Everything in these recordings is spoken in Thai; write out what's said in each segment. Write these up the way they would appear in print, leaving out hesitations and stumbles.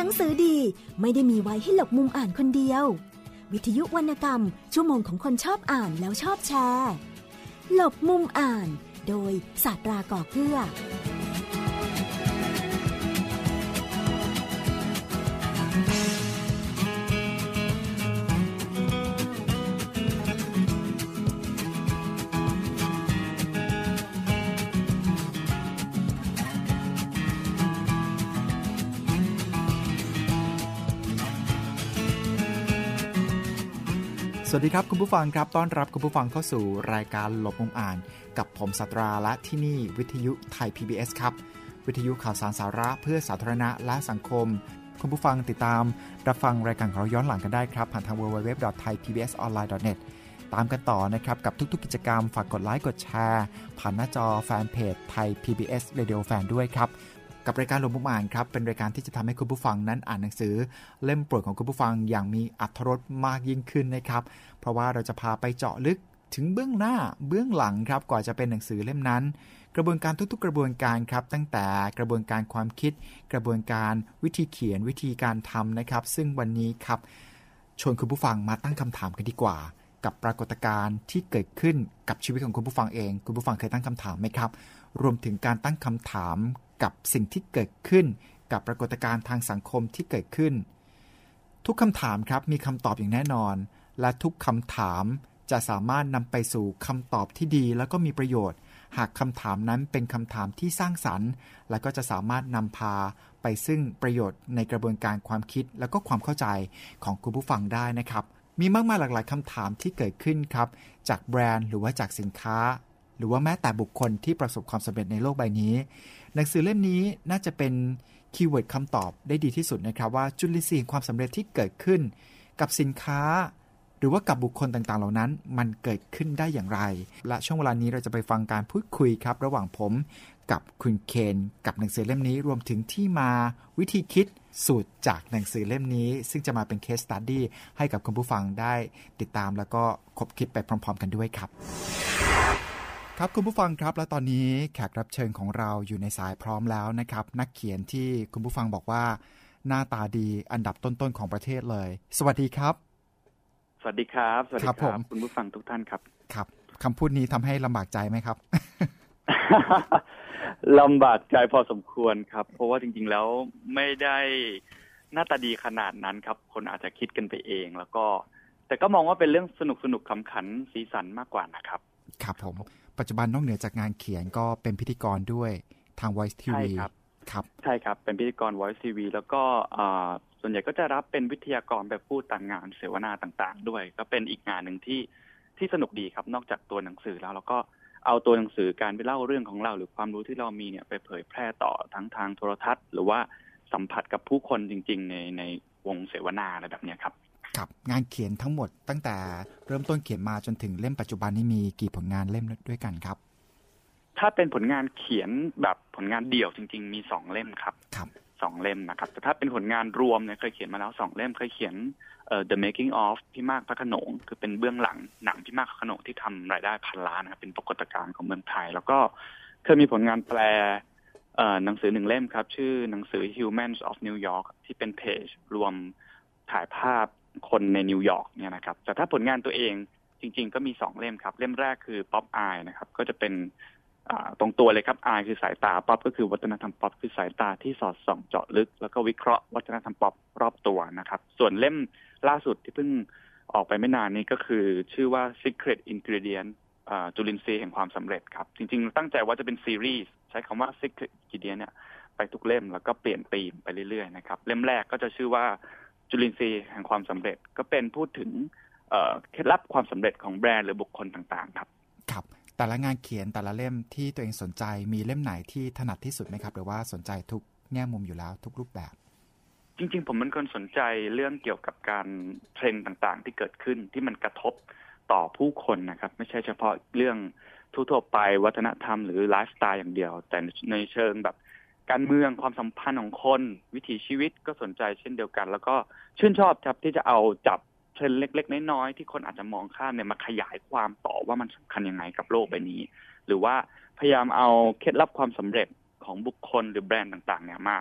งสือดีไม่ได้มีไว้ให้หลบมุมอ่านคนเดียววิทยุวรรณกรรมชั่วโมงของคนชอบอ่านแล้วชอบแชร์หลบมุมอ่านโดยศาสตราก่อเกื้อสวัสดีครับคุณผู้ฟังครับต้อนรับคุณผู้ฟังเข้าสู่รายการหลบมุมอ่านกับผมศาสตราและที่นี่วิทยุไทย PBS ครับวิทยุข่าวสารสาระเพื่อสาธารณะและสังคมคุณผู้ฟังติดตามรับฟังรายการของเราย้อนหลังกันได้ครับผ่านทาง www.thaipbsonline.net ตามกันต่อนะครับกับทุกๆกิจกรรมฝากกดไลค์กดแชร์ผ่านหน้าจอแฟนเพจไทย PBS Radio Fan ด้วยครับกับรายการหลบมุมอ่านครับเป็นรายการที่จะทำให้คุณผู้ฟังนั้นอ่านหนังสือเล่มโปรดของคุณผู้ฟังอย่างมีอรรถรสมากยิ่งขึ้นนะครับเพราะว่าเราจะพาไปเจาะลึกถึงเบื้องหน้าเบื้องหลังครับกว่าจะเป็นหนังสือเล่มนั้นกระบวนการทุกๆกระบวนการครับตั้งแต่กระบวนการความคิดกระบวนการวิธีเขียนวิธีการทำนะครับซึ่งวันนี้ครับชวนคุณผู้ฟังมาตั้งคำถามกันดีกว่ากับปรากฏการณ์ที่เกิดขึ้นกับชีวิตของคุณผู้ฟังเองคุณผู้ฟังเคยตั้งคำถามไหมครับรวมถึงการตั้งคำถามกับสิ่งที่เกิดขึ้นกับปรากฏการณ์ทางสังคมที่เกิดขึ้นทุกคำถามครับมีคำตอบอย่างแน่นอนและทุกคำถามจะสามารถนำไปสู่คำตอบที่ดีแล้วก็มีประโยชน์หากคำถามนั้นเป็นคำถามที่สร้างสรรค์และก็จะสามารถนำพาไปซึ่งประโยชน์ในกระบวนการความคิดและก็ความเข้าใจของคุณผู้ฟังได้นะครับมีมากมายหลากหลายคำถามที่เกิดขึ้นครับจากแบรนด์หรือว่าจากสินค้าหรือว่าแม้แต่บุคคลที่ประสบความสำเร็จในโลกใบนี้หนังสือเล่มนี้น่าจะเป็นคีย์เวิร์ดคำตอบได้ดีที่สุดนะครับว่าจุลินทรีย์ความสำเร็จที่เกิดขึ้นกับสินค้าหรือว่ากับบุคคลต่างๆเหล่านั้นมันเกิดขึ้นได้อย่างไรและช่วงเวลานี้เราจะไปฟังการพูดคุยครับระหว่างผมกับคุณเคนกับหนังสือเล่มนี้รวมถึงที่มาวิธีคิดสูตรจากหนังสือเล่มนี้ซึ่งจะมาเป็น case study ให้กับคุณผู้ฟังได้ติดตามแล้วก็คบคิดไปพร้อมๆกันด้วยครับครับคุณผู้ฟังครับและตอนนี้แขกรับเชิญของเราอยู่ในสายพร้อมแล้วนะครับนักเขียนที่คุณผู้ฟังบอกว่าหน้าตาดีอันดับต้นๆของประเทศเลยสวัสดีครับสวัสดีครับสวัสดีครับคุณผู้ฟังทุกท่านครับครับคำพูดนี้ทำให้ลำบากใจไหมครับลำบากใจพอสมควรครับเพราะว่าจริงๆแล้วไม่ได้หน้าตาดีขนาดนั้นครับคนอาจจะคิดกันไปเองแล้วก็แต่ก็มองว่าเป็นเรื่องสนุกๆขำขันสีสันมากกว่านะครับครับผมปัจจุบันนอกเหนือจากงานเขียนก็เป็นพิธีกรด้วยทาง Voice TV ใช่ครับใช่ครับเป็นพิธีกร Voice TV แล้วก็ส่วนใหญ่ก็จะรับเป็นวิทยากรแบบพูดตามงานเสวนาต่างๆด้วยก็เป็นอีกงานหนึ่งที่สนุกดีครับนอกจากตัวหนังสือแล้วก็เอาตัวหนังสือการไปเล่าเรื่องของเราหรือความรู้ที่เรามีเนี่ยไปเผยแพร่ต่อทั้งทางโทรทัศน์หรือว่าสัมผัสกับผู้คนจริงๆในวงเสวนาอะไรแบบนี้ครับครับงานเขียนทั้งหมดตั้งแต่เริ่มต้นเขียนมาจนถึงเล่มปัจจุบันนี้มีกี่ผลงานเล่มด้วยกันครับถ้าเป็นผลงานเขียนแบบผลงานเดี่ยวจริงๆมี2เล่มครับ2เล่มนะครับแต่ถ้าเป็นผลงานรวมเนี่ยเคยเขียนมาแล้ว2เล่มเคยเขียนThe Making of พี่มากพระโขนงคือเป็นเบื้องหลังหนังพี่มากพระโขนงที่ทำรายได้1,000 ล้านนะครับเป็นปรากฏการณ์ของเมืองไทยแล้วก็เคยมีผลงานแปลหนังสือ1เล่มครับชื่อหนังสือ Humans of New York ที่เป็นเพจรวมถ่ายภาพคนในนิวยอร์กเนี่ยนะครับแต่ถ้าผลงานตัวเองจริงๆก็มี2เล่มครับเล่มแรกคือ Pop Eye นะครับก็จะเป็นตรงตัวเลยครับ Eye คือสายตา Pop ก็คือวัฒนธรรม Pop คือสายตาที่สอดส่องเจาะลึกแล้วก็วิเคราะห์วัฒนธรรม Pop รอบตัวนะครับส่วนเล่มล่าสุดที่เพิ่งออกไปไม่นานนี้ก็คือชื่อว่า Secret Ingredient จุลินทรีย์แห่งความสำเร็จครับจริงๆตั้งใจว่าจะเป็นซีรีส์ใช้คำว่า Secret Ingredient เนี่ยไปทุกเล่มแล้วก็เปลี่ยนธีมไปเรื่อยๆนะครับเล่มแรกก็จะชื่อว่าจุลินทรีย์แห่งความสำเร็จก็เป็นพูดถึงเคล็ดลับความสำเร็จของแบรนด์หรือบุคคลต่างๆครับครับแต่ละงานเขียนแต่ละเล่มที่ตัวเองสนใจมีเล่มไหนที่ถนัดที่สุดไหมครับหรือว่าสนใจทุกแง่มุมอยู่แล้วทุกรูปแบบจริงๆผมเป็นคนสนใจเรื่องเกี่ยวกับการเทรนด์ต่างๆที่เกิดขึ้นที่มันกระทบต่อผู้คนนะครับไม่ใช่เฉพาะเรื่องทั่วๆไปวัฒนธรรมหรือไลฟ์สไตล์อย่างเดียวแต่ในเชิงแบบการเมืองความสัมพันธ์ของคนวิถีชีวิตก็สนใจเช่นเดียวกันแล้วก็ชื่นชอบครับที่จะเอาจับเทรนด์เล็กๆน้อยๆที่คนอาจจะมองข้ามเนี่ยมาขยายความต่อว่ามันสำคัญยังไงกับโลกใบนี้หรือว่าพยายามเอาเคล็ดลับความสำเร็จของบุคคลหรือแบรนด์ต่างๆเนี่ยมา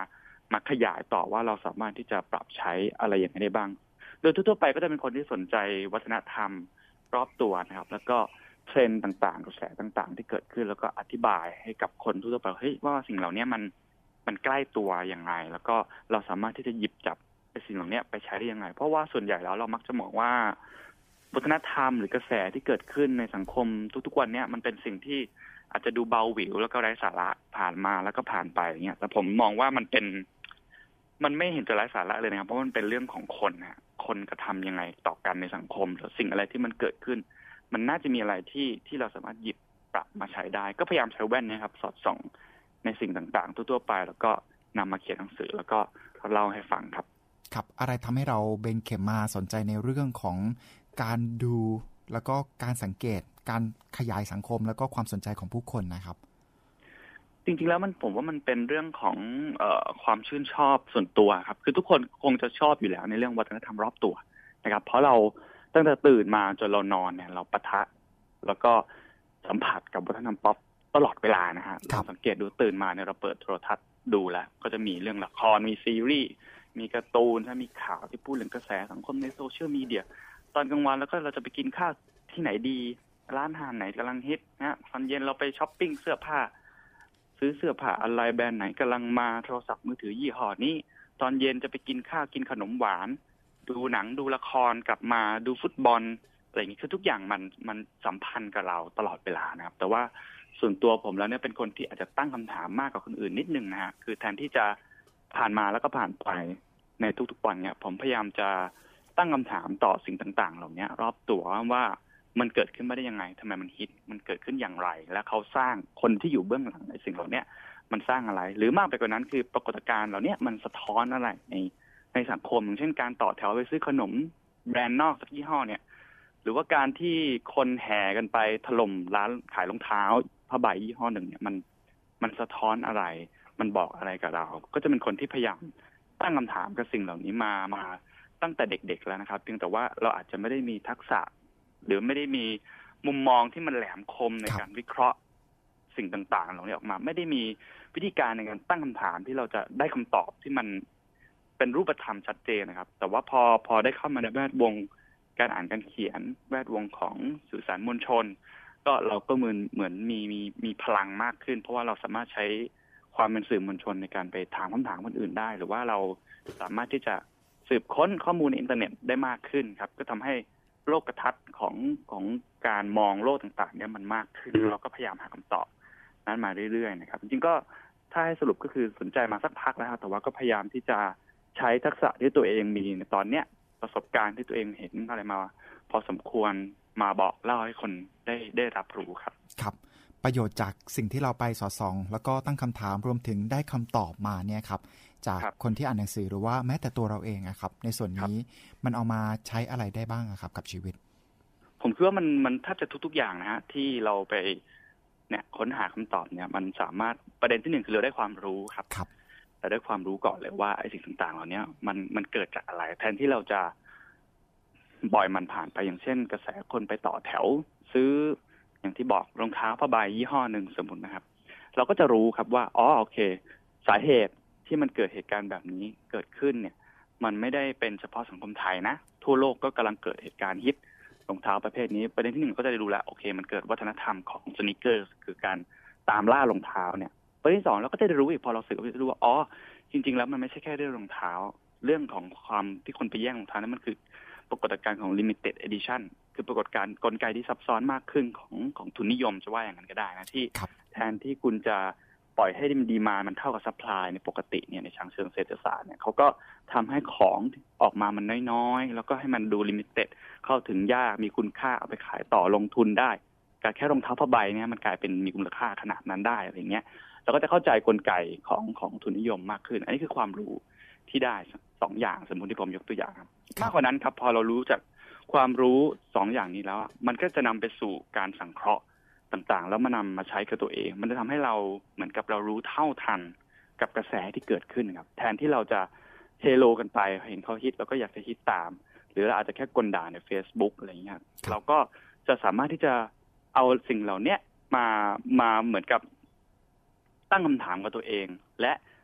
มาขยายต่อว่าเราสามารถที่จะปรับใช้อะไรอย่างไรได้บ้างโดยทั่วไปก็จะเป็นคนที่สนใจวัฒนธรรมรอบตัวนะครับแล้วก็เทรนด์ต่างๆกระแสต่างๆที่เกิดขึ้นแล้วก็อธิบายให้กับคนทั่วไปเฮ้ยว่าสิ่งเหล่านี้มันใกล้ตัวอย่างไรแล้วก็เราสามารถที่จะหยิบจับสิ่งเหล่านี้ไปใช้ได้ยังไงเพราะว่าส่วนใหญ่แล้วเรามักจะมองว่าวัฒนธรรมหรือกระแสที่เกิดขึ้นในสังคมทุกๆวันนี้มันเป็นสิ่งที่อาจจะดูเบาหวิวแล้วก็ไร้สาระผ่านมาแล้วก็ผ่านไปอย่างเงี้ยแต่ผมมองว่ามันไม่เห็นจะไร้สาระเลยนะครับเพราะมันเป็นเรื่องของคนนะคนกระทำยังไงต่อกันในสังคมหรือสิ่งอะไรที่มันเกิดขึ้นมันน่าจะมีอะไรที่เราสามารถหยิบปรับมาใช้ได้ก็พยายามใช้แว่นนะครับสอดส่องในสิ่งต่างๆทั่วๆไปแล้วก็นำมาเขียนหนังสือแล้วก็เล่าให้ฟังครับครับอะไรทำให้เราเบนเข็มมาสนใจในเรื่องของการดูแล้วก็การสังเกตการขยายสังคมแล้วก็ความสนใจของผู้คนนะครับจริงๆแล้วผมว่ามันเป็นเรื่องของความชื่นชอบส่วนตัวครับคือทุกคนคงจะชอบอยู่แล้วในเรื่องวัฒนธรรมรอบตัวนะครับเพราะเราตั้งแต่ตื่นมาจนเรานอนเนี่ยเราปะทะแล้วก็สัมผัสกับวัฒนธรรมป๊อปตลอดเวลานะฮะเราสังเกตดูตื่นมาเนี่ยเราเปิดโทรทัศน์ดูแล้วก็จะมีเรื่องละครมีซีรีส์มีการ์ตูนมีข่าวที่พูดถึงกระแสสังคมในโซเชียลมีเดียตอนกลางวันแล้วก็เราจะไปกินข้าวที่ไหนดีร้านอาหารไหนกำลังฮิตนะตอนเย็นเราไปช้อปปิ้งเสื้อผ้าซื้อเสื้อผ้าอะไรแบรนด์ไหนกำลังมาโทรศัพท์มือถือยี่ห้อนี้ตอนเย็นจะไปกินข้าวกินขนมหวานดูหนังดูละครกลับมาดูฟุตบอลอะไรอย่างนี้คือทุกอย่างมันสัมพันธ์กับเราตลอดเวลานะครับแต่ว่าส่วนตัวผมแล้วเนี่ยเป็นคนที่อาจจะตั้งคำถามมากกว่าคนอื่นนิดนึงนะฮะคือแทนที่จะผ่านมาแล้วก็ผ่านไปในทุกๆวันเนี่ยผมพยายามจะตั้งคำถามต่อสิ่งต่างๆเหล่านี้รอบตัวว่ามันเกิดขึ้นมาได้ยังไงทำไมมันฮิตมันเกิดขึ้นอย่างไรและเขาสร้างคนที่อยู่เบื้องหลังในสิ่งเหล่านี้มันสร้างอะไรหรือมากไปกว่านั้นคือปรากฏการณ์เหล่านี้มันสะท้อนอะไรในสังคมอย่างเช่นการต่อแถวไปซื้อขนมแบรนด์นอกสักยี่ห้อเนี่ยหรือว่าการที่คนแห่กันไปถล่มร้านขายรองเท้าผ้าใบยี่ห้อหนึ่งเนี่ยมันสะท้อนอะไรมันบอกอะไรกับเราก็จะเป็นคนที่พยายามตั้งคำถามกับสิ่งเหล่านี้มาตั้งแต่เด็กๆแล้วนะครับเพียงแต่ว่าเราอาจจะไม่ได้มีทักษะหรือไม่ได้มีมุมมองที่มันแหลมคมในการวิเคราะห์สิ่งต่างๆเหล่านี้ออกมาไม่ได้มีวิธีการในการตั้งคำถามที่เราจะได้คำตอบที่มันเป็นรูปธรรมชัดเจนนะครับแต่ว่าพอได้เข้ามาในแวดวงการอ่านการเขียนแวดวงของสื่อสารมวลชนก็เราก็เหมือนมีพลังมากขึ้นเพราะว่าเราสามารถใช้ความเป็นสื่อมวลชนในการไปถามคำถามคนอื่นได้หรือว่าเราสามารถที่จะสืบค้นข้อมูลในอินเทอร์เน็ตได้มากขึ้นครับก็ทำให้โลกทัศน์ของการมองโลกต่างๆเนี่ยมันมากขึ้นเราก็พยายามหาคำตอบนั้นมาเรื่อยๆนะครับจริงๆก็ถ้าให้สรุปก็คือสนใจมาสักพักแล้วแต่ว่าก็พยายามที่จะใช้ทักษะที่ตัวเองมีในตอนเนี้ยประสบการณ์ที่ตัวเองเห็นอะไรมาพอสมควรมาบอกเล่าให้คนได้รับรู้ครับครับประโยชน์จากสิ่งที่เราไปสอดส่องแล้วก็ตั้งคำถามรวมถึงได้คำตอบมาเนี่ยครับจากคนที่อ่านหนังสือหรือว่าแม้แต่ตัวเราเองครับในส่วนนี้มันเอามาใช้อะไรได้บ้างครับกับชีวิตผมคิดว่ามันแทบจะทุกๆอย่างนะฮะที่เราไปเนี่ยค้นหาคำตอบเนี่ยมันสามารถประเด็นที่หนึ่งคือเราได้ความรู้ครับแต่ได้ความรู้ก่อนเลยว่าไอ้สิ่งต่างๆเหล่านี้มันเกิดจากอะไรแทนที่เราจะปล่อยมันผ่านไปอย่างเช่นกระแสคนไปต่อแถวซื้ออย่างที่บอกรองเท้าผ้าใบยี่ห้อหนึ่งสมมุตินะครับเราก็จะรู้ครับว่าอ๋อโอเคสาเหตุที่มันเกิดเหตุการณ์แบบนี้เกิดขึ้นเนี่ยมันไม่ได้เป็นเฉพาะสังคมไทยนะทั่วโลกก็กำลังเกิดเหตุการณ์ฮิตรองเท้าประเภทนี้ประเด็นที่หนึ่งก็จะได้รู้แล้วโอเคมันเกิดวัฒนธรรมของสนิเกอร์คือการตามล่ารองเท้าเนี่ยประเด็นที่สองเราก็จะได้รู้อีกพอเราสืบก็จะรู้ว่าอ๋อจริงๆแล้วมันไม่ใช่แค่เรื่องรองเท้าเรื่องของความที่คนไปแย่งรองเท้านั้นมันคือปรากฏการณ์ของ limited edition คือปรากฏการณ์กลไกที่ซับซ้อนมากขึ้นของทุนนิยมจะว่าอย่างนั้นก็ได้นะที่แทนที่คุณจะปล่อยให้ดีมานด์มันเท่ากับซัพพลายในปกติเนี่ยในทางเชิงเศรษฐศาสตร์เนี่ยเขาก็ทำให้ของออกมามันน้อยๆแล้วก็ให้มันดูลิมิเต็ดเข้าถึงยากมีคุณค่าเอาไปขายต่อลงทุนได้การแค่รองเท้าผ้าใบเนี่ยมันกลายเป็นมีมูลค่าขนาดนั้นได้อะไรเงี้ยเราก็จะเข้าใจกลไกของทุนนิยมมากขึ้นอันนี้คือความรู้ที่ได้2อย่างสมมุติที่ผมยกตัวอย่างครับมากกว่านั้นครับพอเรารู้จากความรู้2อย่างนี้แล้วมันก็จะนำไปสู่การสังเคราะห์ต่างๆแล้วมานำมาใช้กับตัวเองมันจะทำให้เราเหมือนกับเรารู้เท่าทันกับกระแสที่เกิดขึ้นครับแทนที่เราจะเฮโลกันไปเห็นเขาฮิตเราก็อยากจะฮิตตามหรือเราอาจจะแค่กลด่าใน Facebook อะไรอย่างเงี้ยเราก็จะสามารถที่จะเอาสิ่งเหล่านี้มาเหมือนกับตั้งคำถามกับตัวเองและ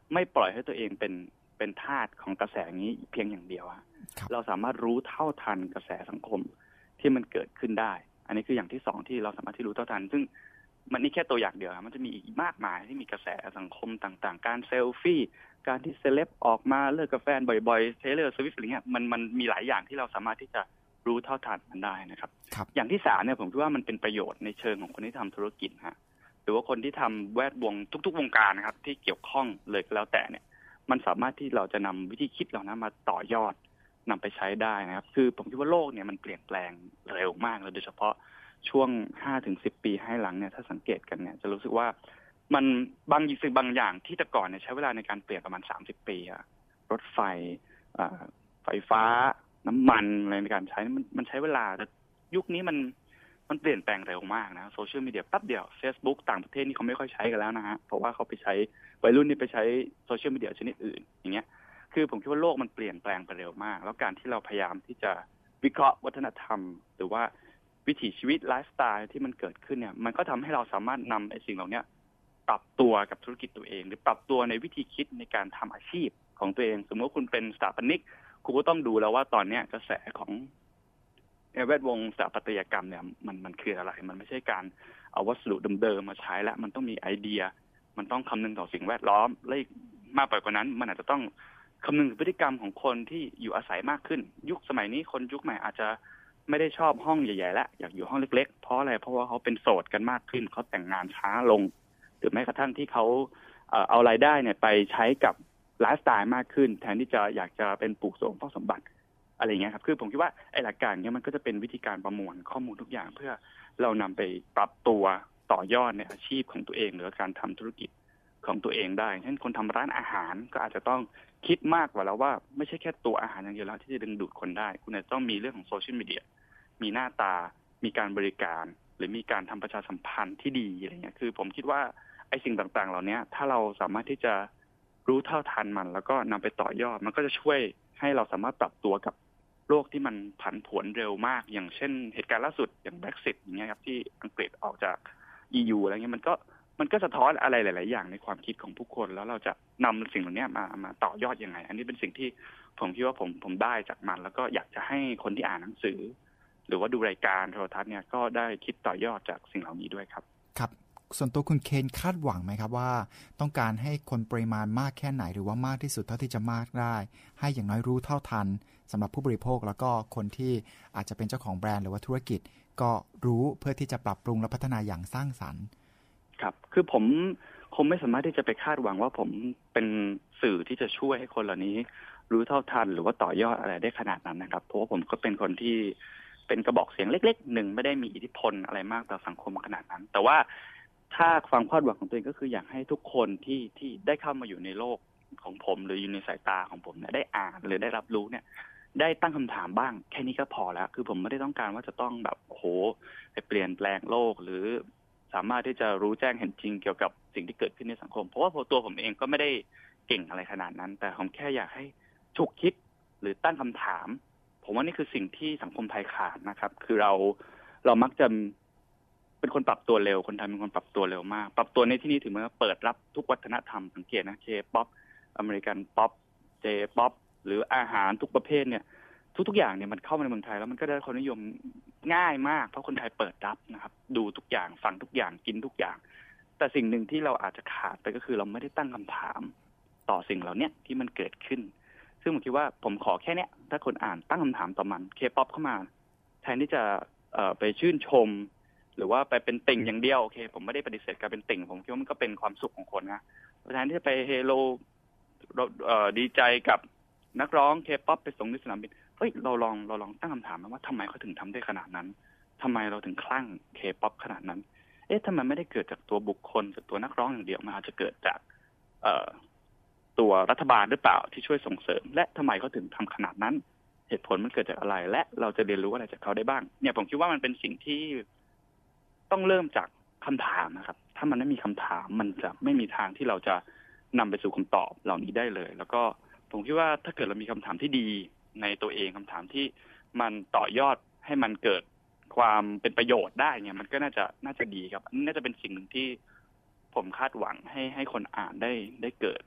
ไม่ปล่อยให้ตัวเองเป็นทาสของกระแสนี้เพียงอย่างเดียวเราสามารถรู้เท่าทันกระแสสังคมที่มันเกิดขึ้นได้อันนี้คืออย่างที่สองที่เราสามารถที่รู้เท่าทันซึ่งมันนี่แค่ตัวอย่างเดียวมันจะมีอีกมากมายที่มีกระแสสังคมต่างๆการเซลฟี่การที่เซเลบออกมาเลิกกับแฟนบ่อยๆเทเลอร์สวิฟต์อะไรเงี้ยมันมีหลายอย่างที่เราสามารถที่จะรู้เท่าทันมันได้นะครับอย่างที่สามเนี่ยผมคิดว่ามันเป็นประโยชน์ในเชิงของคนที่ทำธุรกิจหรือว่าคนที่ทำแวดวงทุกๆวงการนะครับที่เกี่ยวข้องเลยก็แล้วแต่เนี่ยมันสามารถที่เราจะนำวิธีคิดเหล่านั้นมาต่อยอดนำไปใช้ได้นะครับคือผมคิดว่าโลกเนี่ยมันเปลี่ยนแปลงเร็วมากเลยโดยเฉพาะช่วง 5-10 ปีให้หลังเนี่ยถ้าสังเกตกันเนี่ยจะรู้สึกว่ามันบางอย่างที่แต่ก่อนเนี่ยใช้เวลาในการเปลี่ยนประมาณ30 ปีรถไฟไฟฟ้าน้ำมันอะไรในการใช้มันใช้เวลาแต่ยุคนี้มันเปลี่ยนแปลงเร็วมากนะโซเชียลมีเดียแป๊บเดียว Facebook ต่างประเทศนี่เขาไม่ค่อยใช้กันแล้วนะฮะเพราะว่าเขาไปใช้วัยรุ่นนี่ไปใช้โซเชียลมีเดียชนิดอื่นอย่างเงี้ยคือผมคิดว่าโลกมันเปลี่ยนแปลงไปเร็วมากแล้วการที่เราพยายามที่จะวิเคราะห์วัฒนธรรมหรือว่าวิถีชีวิตไลฟ์สไตล์ที่มันเกิดขึ้นเนี่ยมันก็ทำให้เราสามารถนำไอ้สิ่งเหล่านี้ปรับตัวกับธุรกิจตัวเองหรือปรับตัวในวิธีคิดในการทำอาชีพของตัวเองสมมติว่าคุณเป็นสถาปนิกคุณก็ต้องดูแล้วว่าตอนนี้กระแสของแวดวงสถาปัตยกรรมเนี่ยมันคืออะไรมันไม่ใช่การเอาวัสดุเดิมๆมาใช้แล้วมันต้องมีไอเดียมันต้องคำนึงต่อสิ่งแวดล้อมและมากไปกว่านั้นมันอาจจะต้องคำนึงถึงพฤติกรรมของคนที่อยู่อาศัยมากขึ้นยุคสมัยนี้คนยุคใหม่อาจจะไม่ได้ชอบห้องใหญ่ๆแล้วอยากอยู่ห้องเล็กๆเพราะอะไรเพราะว่าเขาเป็นโสดกันมากขึ้นเขาแต่งงานช้าลงหรือแม้กระทั่งที่เขาเอารายได้เนี่ยไปใช้กับไลฟ์สไตล์มากขึ้นแทนที่จะอยากจะเป็นปลูกสมสมบัติอะไรอย่างเงี้ยครับคือผมคิดว่าไอ้หลักการเนี้ยมันก็จะเป็นวิธีการประมวลข้อมูลทุกอย่างเพื่อเรานำไปปรับตัวต่อยอดในอาชีพของตัวเองหรือการทำธุรกิจของตัวเองได้เช่นคนทำร้านอาหารก็อาจจะต้องคิดมากกว่าแล้วว่าไม่ใช่แค่ตัวอาหารอย่างเดียวแล้วที่จะดึงดูดคนได้คุณอาจจะต้องมีเรื่องของโซเชียลมีเดียมีหน้าตามีการบริการหรือมีการทำประชาสัมพันธ์ที่ดีอะไรเงี้ยคือผมคิดว่าไอ้สิ่งต่างๆเหล่านี้ถ้าเราสามารถที่จะรู้เท่าทันมันแล้วก็นำไปต่อยอดมันก็จะช่วยให้เราสามารถปรับตัวกับโลกที่มันผันผวนเร็วมากอย่างเช่นเหตุการณ์ล่าสุดอย่าง Brexit อย่างเงี้ยครับที่อังกฤษออกจาก EU อะไรเงี้ยมันก็สะท้อนอะไรหลายๆอย่างในความคิดของผู้คนแล้วเราจะนำสิ่งเหล่านี้มาต่อยอดยังไงอันนี้เป็นสิ่งที่ผมคิดว่าผมได้จากมันแล้วก็อยากจะให้คนที่อ่านหนังสือหรือว่าดูรายการโทรทัศน์เนี่ยก็ได้คิดต่อยอดจากสิ่งเหล่านี้ด้วยครับครับส่วนตัวคุณเคนคาดหวังไหมครับว่าต้องการให้คนปริมาณมากแค่ไหนหรือว่ามากที่สุดเท่าที่จะมากได้ให้อย่างน้อยรู้เท่าทันสำหรับผู้บริโภคแล้วก็คนที่อาจจะเป็นเจ้าของแบรนด์หรือว่าธุรกิจก็รู้เพื่อที่จะปรับปรุงและพัฒนาอย่างสร้างสรรค์ครับคือผมคงไม่สามารถที่จะไปคาดหวังว่าผมเป็นสื่อที่จะช่วยให้คนเหล่านี้รู้เท่าทันหรือว่าต่อยอดอะไรได้ขนาดนั้นนะครับเพราะว่าผมก็เป็นคนที่เป็นกระบอกเสียงเล็กๆหนึ่งไม่ได้มีอิทธิพลอะไรมากต่อสังคมขนาดนั้นแต่ว่าถ้าความคาดหวังของตัวเองก็คืออยากให้ทุกคนที่ได้เข้ามาอยู่ในโลกของผมหรืออยู่ในสายตาของผมเนี่ยได้อ่านหรือได้รับรู้เนี่ยได้ตั้งคำถามบ้างแค่นี้ก็พอแล้วคือผมไม่ได้ต้องการว่าจะต้องแบบโอ้โหไปเปลี่ยนแปลงโลกหรือสามารถที่จะรู้แจ้งเห็นจริงเกี่ยวกับสิ่งที่เกิดขึ้นในสังคมเพราะว่าตัวผมเองก็ไม่ได้เก่งอะไรขนาดนั้นแต่ผมแค่อยากให้ฉุกคิดหรือตั้งคำถามผมว่านี่คือสิ่งที่สังคมไทยขาดนะครับคือเรามักจะเป็นคนปรับตัวเร็วคนไทยเป็นคนปรับตัวเร็วมากปรับตัวในที่นี้ถึงแม้ว่าเปิดรับทุกวัฒนธรรมสังเกตนะK-POPอเมริกันป๊อปJ-POPหรืออาหารทุกประเภทเนี่ยทุกอย่างเนี่ยมันเข้ามาในเมืองไทยแล้วมันก็ได้ความนิยมง่ายมากเพราะคนไทยเปิดรับนะครับดูทุกอย่างฟังทุกอย่างกินทุกอย่างแต่สิ่งหนึ่งที่เราอาจจะขาดไปก็คือเราไม่ได้ตั้งคำถามต่อสิ่งเหล่านี้ที่มันเกิดขึ้นซึ่งผมคิดว่าผมขอแค่เนี้ยถ้าคนอ่านตั้งคำถามต่อมันK-POPเข้ามาแทนที่จะไปชื่นชมหรือว่าไปเป็นติ่งอย่างเดียวโอเคผมไม่ได้ปฏิเสธการเป็นติ่งผมคิดว่ามันก็เป็นความสุขของคนนะแทนที่จะไปเฮโลดีใจกับนักร้องK-POPไปส่งที่สนามบินเฮ้ยเราลองตั้งคำถามว่าทำไมเขาถึงทำได้ขนาดนั้นทำไมเราถึงคลั่งK-POPขนาดนั้นทำไมไม่ได้เกิดจากตัวบุคคลจากตัวนักร้องอย่างเดียวมันอาจจะเกิดจากตัวรัฐบาลหรือเปล่าที่ช่วยส่งเสริมและทำไมเขาถึงทำขนาดนั้นเหตุผลมันเกิดจากอะไรและเราจะเรียนรู้อะไรจากเขาได้บ้างเนี่ยผมคิดว่ามันเป็นสิ่งที่ต้องเริ่มจากคำถามนะครับถ้ามันไม่มีคำถามมันจะไม่มีทางที่เราจะนำไปสู่คำตอบเหล่านี้ได้เลยแล้วก็ผมคิดว่าถ้าเกิดเรามีคำถามที่ดีในตัวเองคำถามที่มันต่อยอดให้มันเกิดความเป็นประโยชน์ได้เนี่ยมันก็น่าจะดีครับน่าจะเป็นสิ่งหนึ่งที่ผมคาดหวังให้คนอ่านได้เกิดไป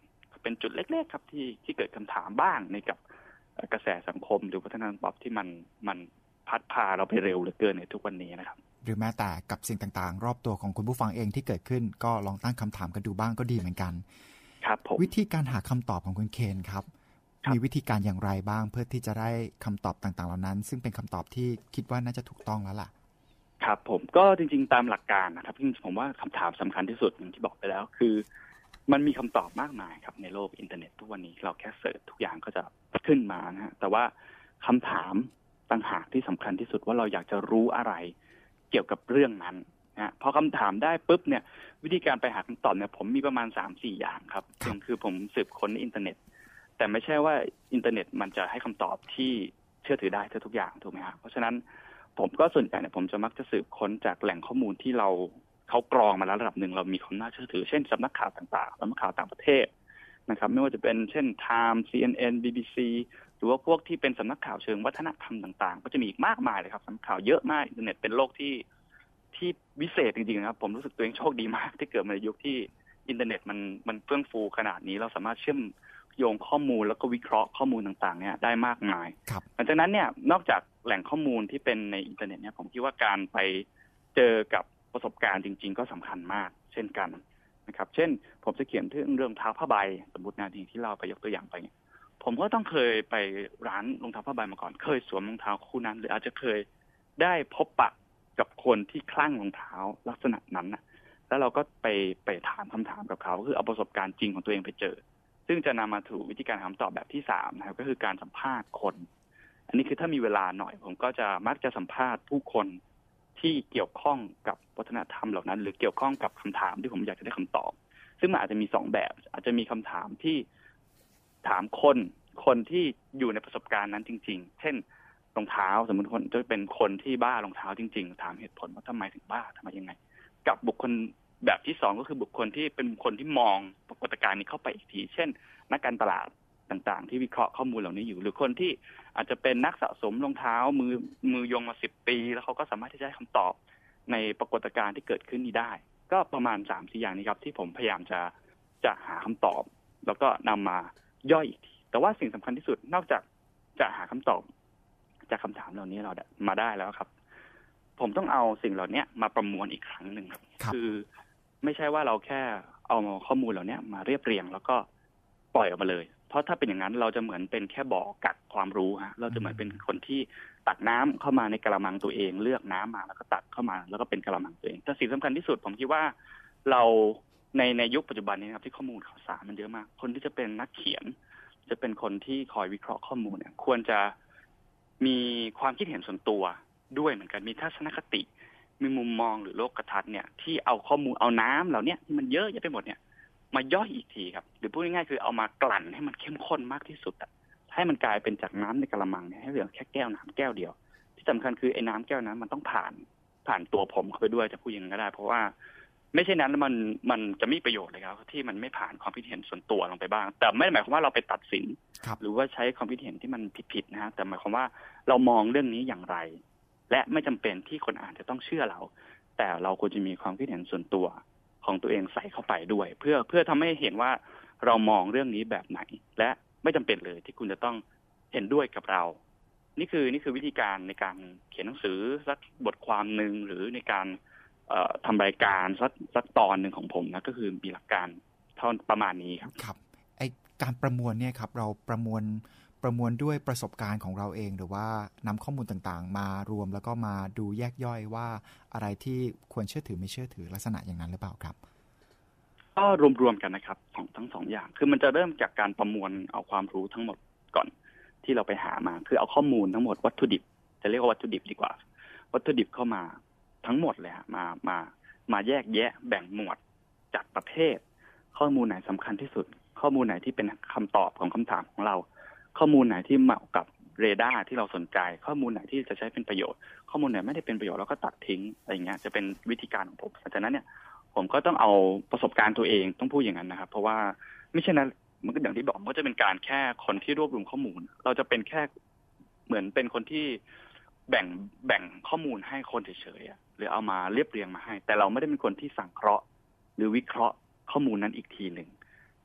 เป็นจุดเล็กๆครับที่เกิดคำถามบ้างในกับกระแสสังคมหรือวัฒนธรรมป๊อปที่มันพัดพาเราไปเร็วเหลือเกินในทุกวันนี้นะครับหรือแม้แต่กับสิ่งต่างๆรอบตัวของคุณผู้ฟังเองที่เกิดขึ้นก็ลองตั้งคำถามกันดูบ้างก็ดีเหมือนกันครับผมวิธีการหาคำตอบของคุณเคนครับมีวิธีการอย่างไรบ้างเพื่อที่จะได้คำตอบต่างๆเหล่านั้นซึ่งเป็นคำตอบที่คิดว่าน่าจะถูกต้องแล้วล่ะครับผมก็จริงๆตามหลักการนะครับผมว่าคำถามสำคัญที่สุดอย่างที่บอกไปแล้วคือมันมีคำตอบมากมายครับในโลกอินเทอร์เน็ตทุกวันนี้เราแค่เสิร์ชทุกอย่างก็จะขึ้นมานะฮะแต่ว่าคำถามต่างหากที่สำคัญที่สุดว่าเราอยากจะรู้อะไรเกี่ยวกับเรื่องนั้นนะพอคำถามได้ปุ๊บเนี่ยวิธีการไปหาคำตอบเนี่ยผมมีประมาณ 3-4 อย่างครับคือผมสืบค้นในอินเทอร์เน็ตแต่ไม่ใช่ว่าอินเทอร์เน็ตมันจะให้คำตอบที่เชื่อถือได้ทุกอย่างถูกไหมครับเพราะฉะนั้นผมก็ส่วนใหญ่เนี่ยผมจะมักจะสืบค้นจากแหล่งข้อมูลที่เขากรองมาแล้วระดับหนึ่งเรามีความน่าเชื่อถือเช่นสำนักข่าวต่างๆสำนักข่าวต่างประเทศนะครับไม่ว่าจะเป็นเช่น Time CNN BBC หรือว่าพวกที่เป็นสำนักข่าวเชิงวัฒนธรรมต่างๆก็จะมีอีกมากมายเลยครับสำนักข่าวเยอะมากอินเทอร์เน็ตเป็นโลกที่วิเศษจริงๆนะครับผมรู้สึกตัวเองโชคดีมากที่เกิดมาในยุคที่อินเทอร์เน็ตมันเฟื่องฟูขนาดนี้เราสามารถเชื่อมโยงข้อมูลแล้วก็วิเคราะห์ข้อมูลต่างๆเนี่ยได้มากมายหลังจากนั้นเนี่ยนอกจากแหล่งข้อมูลที่เป็นในอินเทอร์เน็ตเนี่ยผมคิดว่าการไปเจอกับประสบการณ์จริงๆก็สำคัญมากเช่นกันนะครับเช่นผมจะเขียนเรื่องเท้าผ้าใบสมมตินะที่เราไปยกตัวอย่างไปเนี่ยผมก็ต้องเคยไปร้านรองเท้าผ้าใบมาก่อนเคยสวมรองเท้าคู่นั้นหรืออาจจะเคยได้พบปะกับคนที่คลั่งรองเท้าลักษณะนั้นนะแล้วเราก็ไปถามคำถามกับเขาคือเอาประสบการณ์จริงของตัวเองไปเจอซึ่งจะนำมาถูกวิธีการคำตอบแบบที่3นะครับก็คือการสัมภาษณ์คนอันนี้คือถ้ามีเวลาหน่อยผมก็จะมักจะสัมภาษณ์ผู้คนที่เกี่ยวข้องกับวัฒนธรรมเหล่านั้นหรือเกี่ยวข้องกับคำถามที่ผมอยากจะได้คำตอบซึ่งมันอาจจะมี2แบบอาจจะมีคำถามที่ถามคนที่อยู่ในประสบการณ์นั้นจริงๆเช่นรองเท้าสมมติคนจะเป็นคนที่บ้ารองเท้าจริงๆถามเหตุผลว่าทำไมถึงบ้าทำไมยังไงกับบุคคลแบบที่2ก็คือบุคคลที่เป็นคนที่มองปรากฏการณ์นี้เข้าไปอีกทีเช่นนักการตลาดต่างๆที่วิเคราะห์ข้อมูลเหล่านี้อยู่หรือคนที่อาจจะเป็นนักสะสมรองเท้ามือยงมา10 ปีแล้วเขาก็สามารถที่จะให้คำตอบในปรากฏการณ์ที่เกิดขึ้นนี้ได้ก็ประมาณ 3-4 อย่างนี้ครับที่ผมพยายามจะหาคำตอบแล้วก็นำมาย่อยอีกทีแต่ว่าสิ่งสำคัญที่สุดนอกจากจะหาคำตอบจากคำถามเหล่านี้เรามาได้แล้วครับผมต้องเอาสิ่งเหล่านี้มาประมวลอีกครั้งหนึ่งครับคือไม่ใช่ว่าเราแค่เอาข้อมูลเหล่านี้มาเรียบเรียงแล้วก็ปล่อยออกมาเลยเพราะถ้าเป็นอย่างนั้นเราจะเหมือนเป็นแค่บ่อกักความรู้ฮะเราจะเหมือนเป็นคนที่ตักน้ำเข้ามาในกระมังตัวเองเลือกน้ำมาแล้วก็ตักเข้ามาแล้วก็เป็นกระมังตัวเองแต่สิ่งสำคัญที่สุดผมคิดว่าเราในยุคปัจจุบันนี้ครับที่ข้อมูลข่าวสารมันเยอะมากคนที่จะเป็นนักเขียนจะเป็นคนที่คอยวิเคราะห์ข้อมูลเนี่ยควรจะมีความคิดเห็นส่วนตัวด้วยเหมือนกันมีทัศนคติมีมุมมองหรือโลกทัศน์เนี่ยที่เอาข้อมูลเอาน้ำเหล่านี้ที่มันเยอะแยะไปหมดเนี่ยมาย่อยอีกทีครับหรือพูดง่ายๆคือเอามากลั่นให้มันเข้มข้นมากที่สุดให้มันกลายเป็นจากน้ำในกระมังเนี่ยให้เหลือแค่แก้วน้ำแก้วเดียวที่สำคัญคือไอ้น้ำแก้วนั้นมันต้องผ่านตัวผมเข้าไปด้วยจะพูดอย่างนั้นก็ได้เพราะว่าไม่ใช่นั้นมันจะไม่มีประโยชน์เลยครับที่มันไม่ผ่านความคิดเห็นส่วนตัวลงไปบ้างแต่ไม่ได้หมายความว่าเราไปตัดสินหรือว่าใช้ความคิดเห็นที่มันผิดๆนะฮะแต่หมายความว่าเรามองเรื่องนี้อย่างไรและไม่จำเป็นที่คนอ่านจะต้องเชื่อเราแต่เราควรจะมีความคิดเห็นส่วนตัวของตัวเองใส่เข้าไปด้วยเพื่อทำให้เห็นว่าเรามองเรื่องนี้แบบไหนและไม่จำเป็นเลยที่คุณจะต้องเห็นด้วยกับเรานี่คือวิธีการในการเขียนหนังสือสักบทความนึงหรือในการทำรายการสักตอนหนึ่งของผมนะก็คือมีหลักการเท่าประมาณนี้ครับครับไอการประมวลเนี่ยครับเราประมวลด้วยประสบการณ์ของเราเองหรือว่านำข้อมูลต่างๆมารวมแล้วก็มาดูแยกย่อยว่าอะไรที่ควรเชื่อถือไม่เชื่อถือลักษณะอย่างนั้นหรือเปล่าครับก็รวมๆกันนะครับทั้ง2อย่างคือมันจะเริ่มจากการประมวลเอาความรู้ทั้งหมดก่อนที่เราไปหามาคือเอาข้อมูลทั้งหมดวัตถุดิบจะเรียกว่าวัตถุดิบดีกว่าวัตถุดิบเข้ามาทั้งหมดเลยฮะมาแยกแยะแบ่งหมวดจัดประเภทข้อมูลไหนสำคัญที่สุดข้อมูลไหนที่เป็นคำตอบของคำถามของเราข้อมูลไหนที่เหมาะกับเรดาร์ที่เราสนใจข้อมูลไหนที่จะใช้เป็นประโยชน์ข้อมูลไหนไม่ได้เป็นประโยชน์เราก็ตัดทิ้งอะไรเงี้ยจะเป็นวิธีการของผมฉะนั้นเนี่ยผมก็ต้องเอาประสบการณ์ตัวเองต้องพูดอย่างนั้นนะครับเพราะว่าไม่ใช่นั้นมันก็อย่างที่บอกมันก็จะเป็นการแค่คนที่รวบรวมข้อมูลเราจะเป็นแค่เหมือนเป็นคนที่แบ่งข้อมูลให้คนเฉยๆหรือเอามาเรียบเรียงมาให้แต่เราไม่ได้เป็นคนที่สังเคราะห์หรือวิเคราะห์ข้อมูลนั้นอีกทีหนึ่ง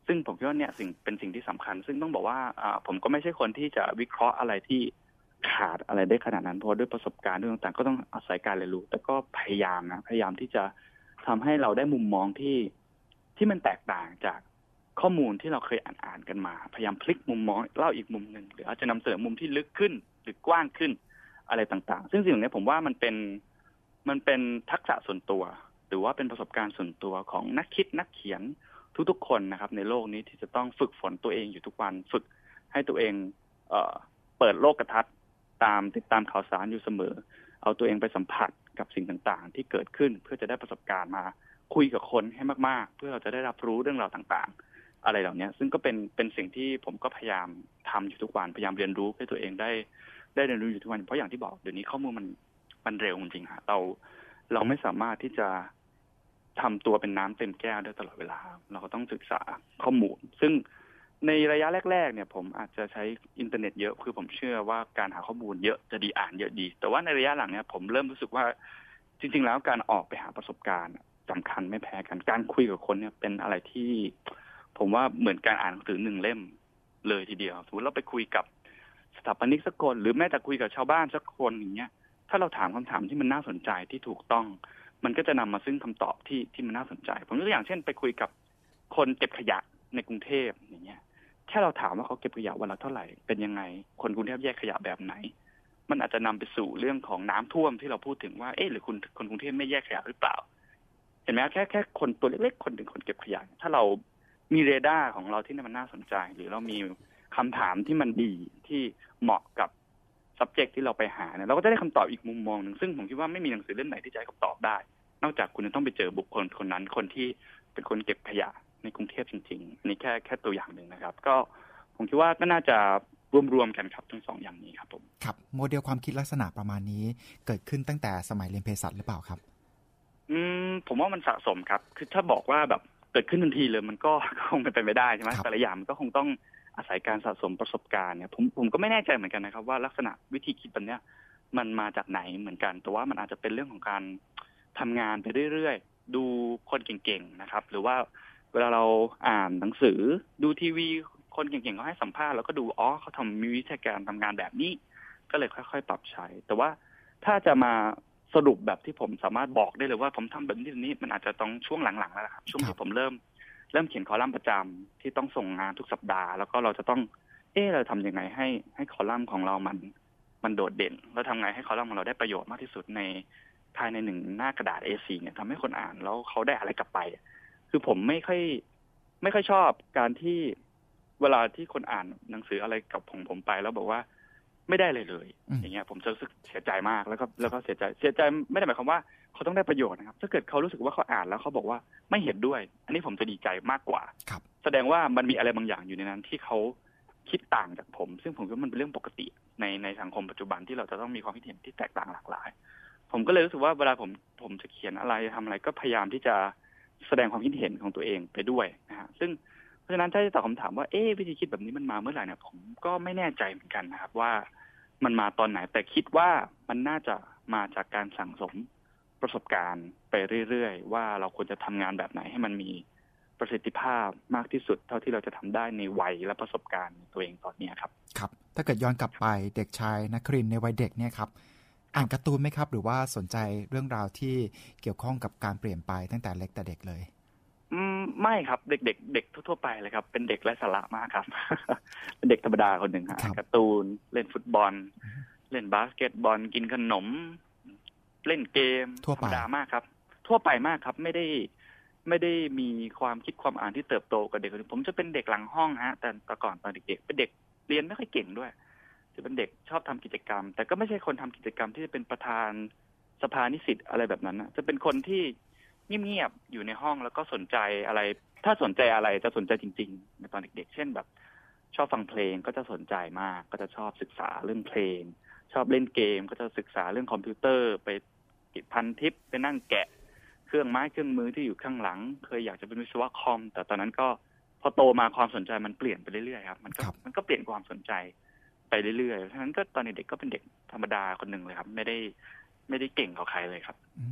ซึ่งผมคิดว่าเนี่ยเป็นสิ่งที่สำคัญซึ่งต้องบอกว่าผมก็ไม่ใช่คนที่จะวิเคราะห์อะไรที่ขาดอะไรได้ขนาดนั้นเพราะด้วยประสบการณ์ด้วยต่างๆก็ต้องอาศัยการเรียนรู้แต่ก็พยายามที่จะทำให้เราได้มุมมองที่มันแตกต่างจากข้อมูลที่เราเคยอ่านกันมาพยายามพลิกมุมมองเล่าอีกมุมนึงหรืออาจจะนำเสนอมุมที่ลึกขึ้นหรือกว้างขึ้นอะไรต่างๆซึ่งสิ่งนี้ผมว่ามันเป็นทักษะส่วนตัวหรือว่าเป็นประสบการณ์ส่วนตัวของนักคิดนักเขียนทุกๆคนนะครับในโลกนี้ที่จะต้องฝึกฝนตัวเองอยู่ทุกวันฝึกให้ตัวเองเปิดโลกทัศน์ติดตามข่าวสารอยู่เสมอเอาตัวเองไปสัมผัสกับสิ่งต่างๆที่เกิดขึ้นเพื่อจะได้ประสบการณ์มาคุยกับคนให้มากๆเพื่อเราจะได้รับรู้เรื่องราวต่างๆอะไรเหล่านี้ซึ่งก็เป็นสิ่งที่ผมก็พยายามทำอยู่ทุกวันพยายามเรียนรู้ให้ตัวเองได้เรียนรู้อยู่ทุกวันเพราะอย่างที่บอกเดี๋ยวนี้ข้อมูลมันเร็วจริงๆฮะเราไม่สามารถที่จะทำตัวเป็นน้ำเต็มแก้วได้ตลอดเวลาเราก็ต้องศึกษาข้อมูลซึ่งในระยะแรกๆเนี่ยผมอาจจะใช้อินเทอร์เน็ตเยอะคือผมเชื่อว่าการหาข้อมูลเยอะจะดีอ่านเยอะดีแต่ว่าในระยะหลังเนี่ยผมเริ่มรู้สึกว่าจริงๆแล้วการออกไปหาประสบการณ์สำคัญไม่แพ้กันการคุยกับคนเนี่ยเป็นอะไรที่ผมว่าเหมือนการอ่านหนังสือ1 เล่มเลยทีเดียวสมมติเราไปคุยกับสถาปนิกสักคนหรือแม้แต่คุยกับชาวบ้านสักคนอย่างเงี้ยถ้าเราถามคำถามที่มันน่าสนใจที่ถูกต้องมันก็จะนำมาซึ่งคำตอบที่มันน่าสนใจผมยกตัวอย่างเช่นไปคุยกับคนเก็บขยะในกรุงเทพอย่างเงี้ยแค่เราถามว่าเขาเก็บขยะวันละเท่าไหร่เป็นยังไงคนกรุงเทพแยกขยะแบบไหนมันอาจจะนำไปสู่เรื่องของน้ำท่วมที่เราพูดถึงว่าหรือคนกรุงเทพไม่แยกขยะหรือเปล่าเห็นไหมแค่คนตัวเล็กๆคนหนึ่งคนเก็บขยะถ้าเรามีเรดาร์ของเราที่มันน่าสนใจหรือเรามีคำถามที่มันดีที่เหมาะกับ subject ที่เราไปหาเนี่ยเราก็จะได้คำตอบอีกมุมมองหนึ่งซึ่งผมคิดว่าไม่มีหนังสือเล่มไหนที่จะให้คำตอบได้นอกจากคุณจะต้องไปเจอบุคคลคนนั้นคนที่เป็นคนเก็บขยะในกรุงเทพจริงๆนี่แค่ตัวอย่างหนึ่งนะครับก็ผมคิดว่าก็น่าจะรวมกันครับทั้ง2 อย่างนี้ครับผมครับโมเดลความคิดลักษณะประมาณนี้เกิดขึ้นตั้งแต่สมัยเรียนเภสัชหรือเปล่าครับผมว่ามันสะสมครับคือถ้าบอกว่าแบบเกิดขึ้นทันทีเลยมันก็คงเป็นไปไม่ได้ใช่ไหมแต่ละอย่างมันก็คงต้องอาศัยการสะสมประสบการณ์เนี่ยผมก็ไม่แน่ใจเหมือนกันนะครับว่าลักษณะวิธีคิดแบบเนี้ยมันมาจากไหนเหมือนกันแต่ว่ามันอาจจะเป็นเรื่องของการทำงานไปเรื่อยๆดูคนเก่งๆนะครับหรือว่าเวลาเราอ่านหนังสือดูทีวีคนเก่งๆเขาให้สัมภาษณ์แล้วก็ดูเขามีวิธีการทำงานแบบนี้ก็เลยค่อยๆปรับใช้แต่ว่าถ้าจะมาสรุปแบบที่ผมสามารถบอกได้เลยว่าผมทำแบบนี้มันอาจจะต้องช่วงหลังๆแล้วครับช่วงที่ผมเริ่มเขียนคอลัมน์ประจำที่ต้องส่งงานทุกสัปดาห์แล้วก็เราจะต้องเราทำยังไงให้คอลัมน์ของเรามันโดดเด่นแล้วทำไงให้คอลัมน์ของเราได้ประโยชน์มากที่สุดในภายใน1 หน้ากระดาษ A4 เนี่ยทำให้คนอ่านแล้วเขาได้อะไรกลับไปคือผมไม่ค่อยชอบการที่เวลาที่คนอ่านหนังสืออะไรกับผมไปแล้วบอกว่าไม่ได้เลยอย่างเงี้ยผมจะรู้สึกเสียใจมากแล้วก็เสียใจไม่ได้หมายความว่าเขาต้องได้ประโยชน์นะครับถ้าเกิดเขารู้สึกว่าเขาอ่านแล้วเขาบอกว่าไม่เห็นด้วยอันนี้ผมจะดีใจมากกว่าแสดงว่ามันมีอะไรบางอย่างอยู่ในนั้นที่เขาคิดต่างจากผมซึ่งผมคิดว่ามันเป็นเรื่องปกติในสังคมปัจจุบันที่เราจะต้องมีความคิดเห็นที่แตกต่างหลากหลายผมก็เลยรู้สึกว่าเวลาผมจะเขียนอะไรทำอะไรก็พยายามที่จะแสดงความคิดเห็นของตัวเองไปด้วยนะฮะซึ่งเพราะฉะนั้นถ้าจะตอบคำถามว่าวิธีคิดแบบนี้มันมาเมื่อไหร่เนี่ยผมก็ไม่แน่ใจเหมือนกันนะครับว่ามันมาตอนไหนแต่คิดว่ามันน่าจะมาจากการสั่งสมประสบการณ์ไปเรื่อยๆว่าเราควรจะทำงานแบบไหนให้มันมีประสิทธิภาพมากที่สุดเท่าที่เราจะทำได้ในวัยและประสบการณ์ตัวเองตอนนี้ครับครับถ้าเกิดย้อนกลับไปเด็กชายนครินทร์ในวัยเด็กเนี่ยครับอ่านการ์ตูนไหมครับหรือว่าสนใจเรื่องราวที่เกี่ยวข้องกับการเปลี่ยนไปตั้งแต่เล็กแต่เด็กเลยไม่ครับเด็กทั่วไปเลยครับเป็นเด็กไร้สาระมากครับ เป็นเด็กธรรมดาคนหนึ่งฮะการ์ตูนเล่นฟุตบอลเล่นบาสเกตบอลกินขนมเล่นเกมธรรมดามากครับทั่วไปมากครับไม่ได้มีความคิดความอ่านที่เติบโตกับเด็กคนอื่นผมจะเป็นเด็กหลังห้องฮะแต่ก่อนตอนเด็กๆเป็นเด็กเรียนไม่ค่อยเก่งด้วยจะเป็นเด็กชอบทำกิจกรรมแต่ก็ไม่ใช่คนทำกิจกรรมที่จะเป็นประธานสภานิสิตอะไรแบบนั้นนะจะเป็นคนที่เงียบๆอยู่ในห้องแล้วก็สนใจอะไรถ้าสนใจอะไรจะสนใจจริงๆในตอนเด็กๆเช่นแบบชอบฟังเพลงก็จะสนใจมากก็จะชอบศึกษาเรื่องเพลงชอบเล่นเกมก็จะศึกษาเรื่องคอมพิวเตอร์ไปพันทิปไปนั่งแกะเครื่องไม้เครื่องมือที่อยู่ข้างหลังเคยอยากจะเป็นวิศวะคอมแต่ตอนนั้นก็พอโตมาความสนใจมันเปลี่ยนไปเรื่อยๆครับมันก็เปลี่ยนความสนใจไปเรื่อยๆฉะนั้นก็ตอนเด็กก็เป็นเด็กธรรมดาคนหนึ่งเลยครับไม่ได้เก่งกว่าใครเลยครับท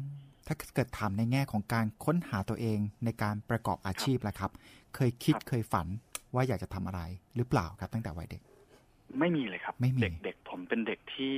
ถ้าเกิดถามในแง่ของการค้นหาตัวเองในการประกอบอาชีพล่ะครับเคยคิดเคยฝันว่าอยากจะทำอะไรหรือเปล่าครับตั้งแต่วัยเด็กไม่มีเลยครับเด็กผมเป็นเด็กที่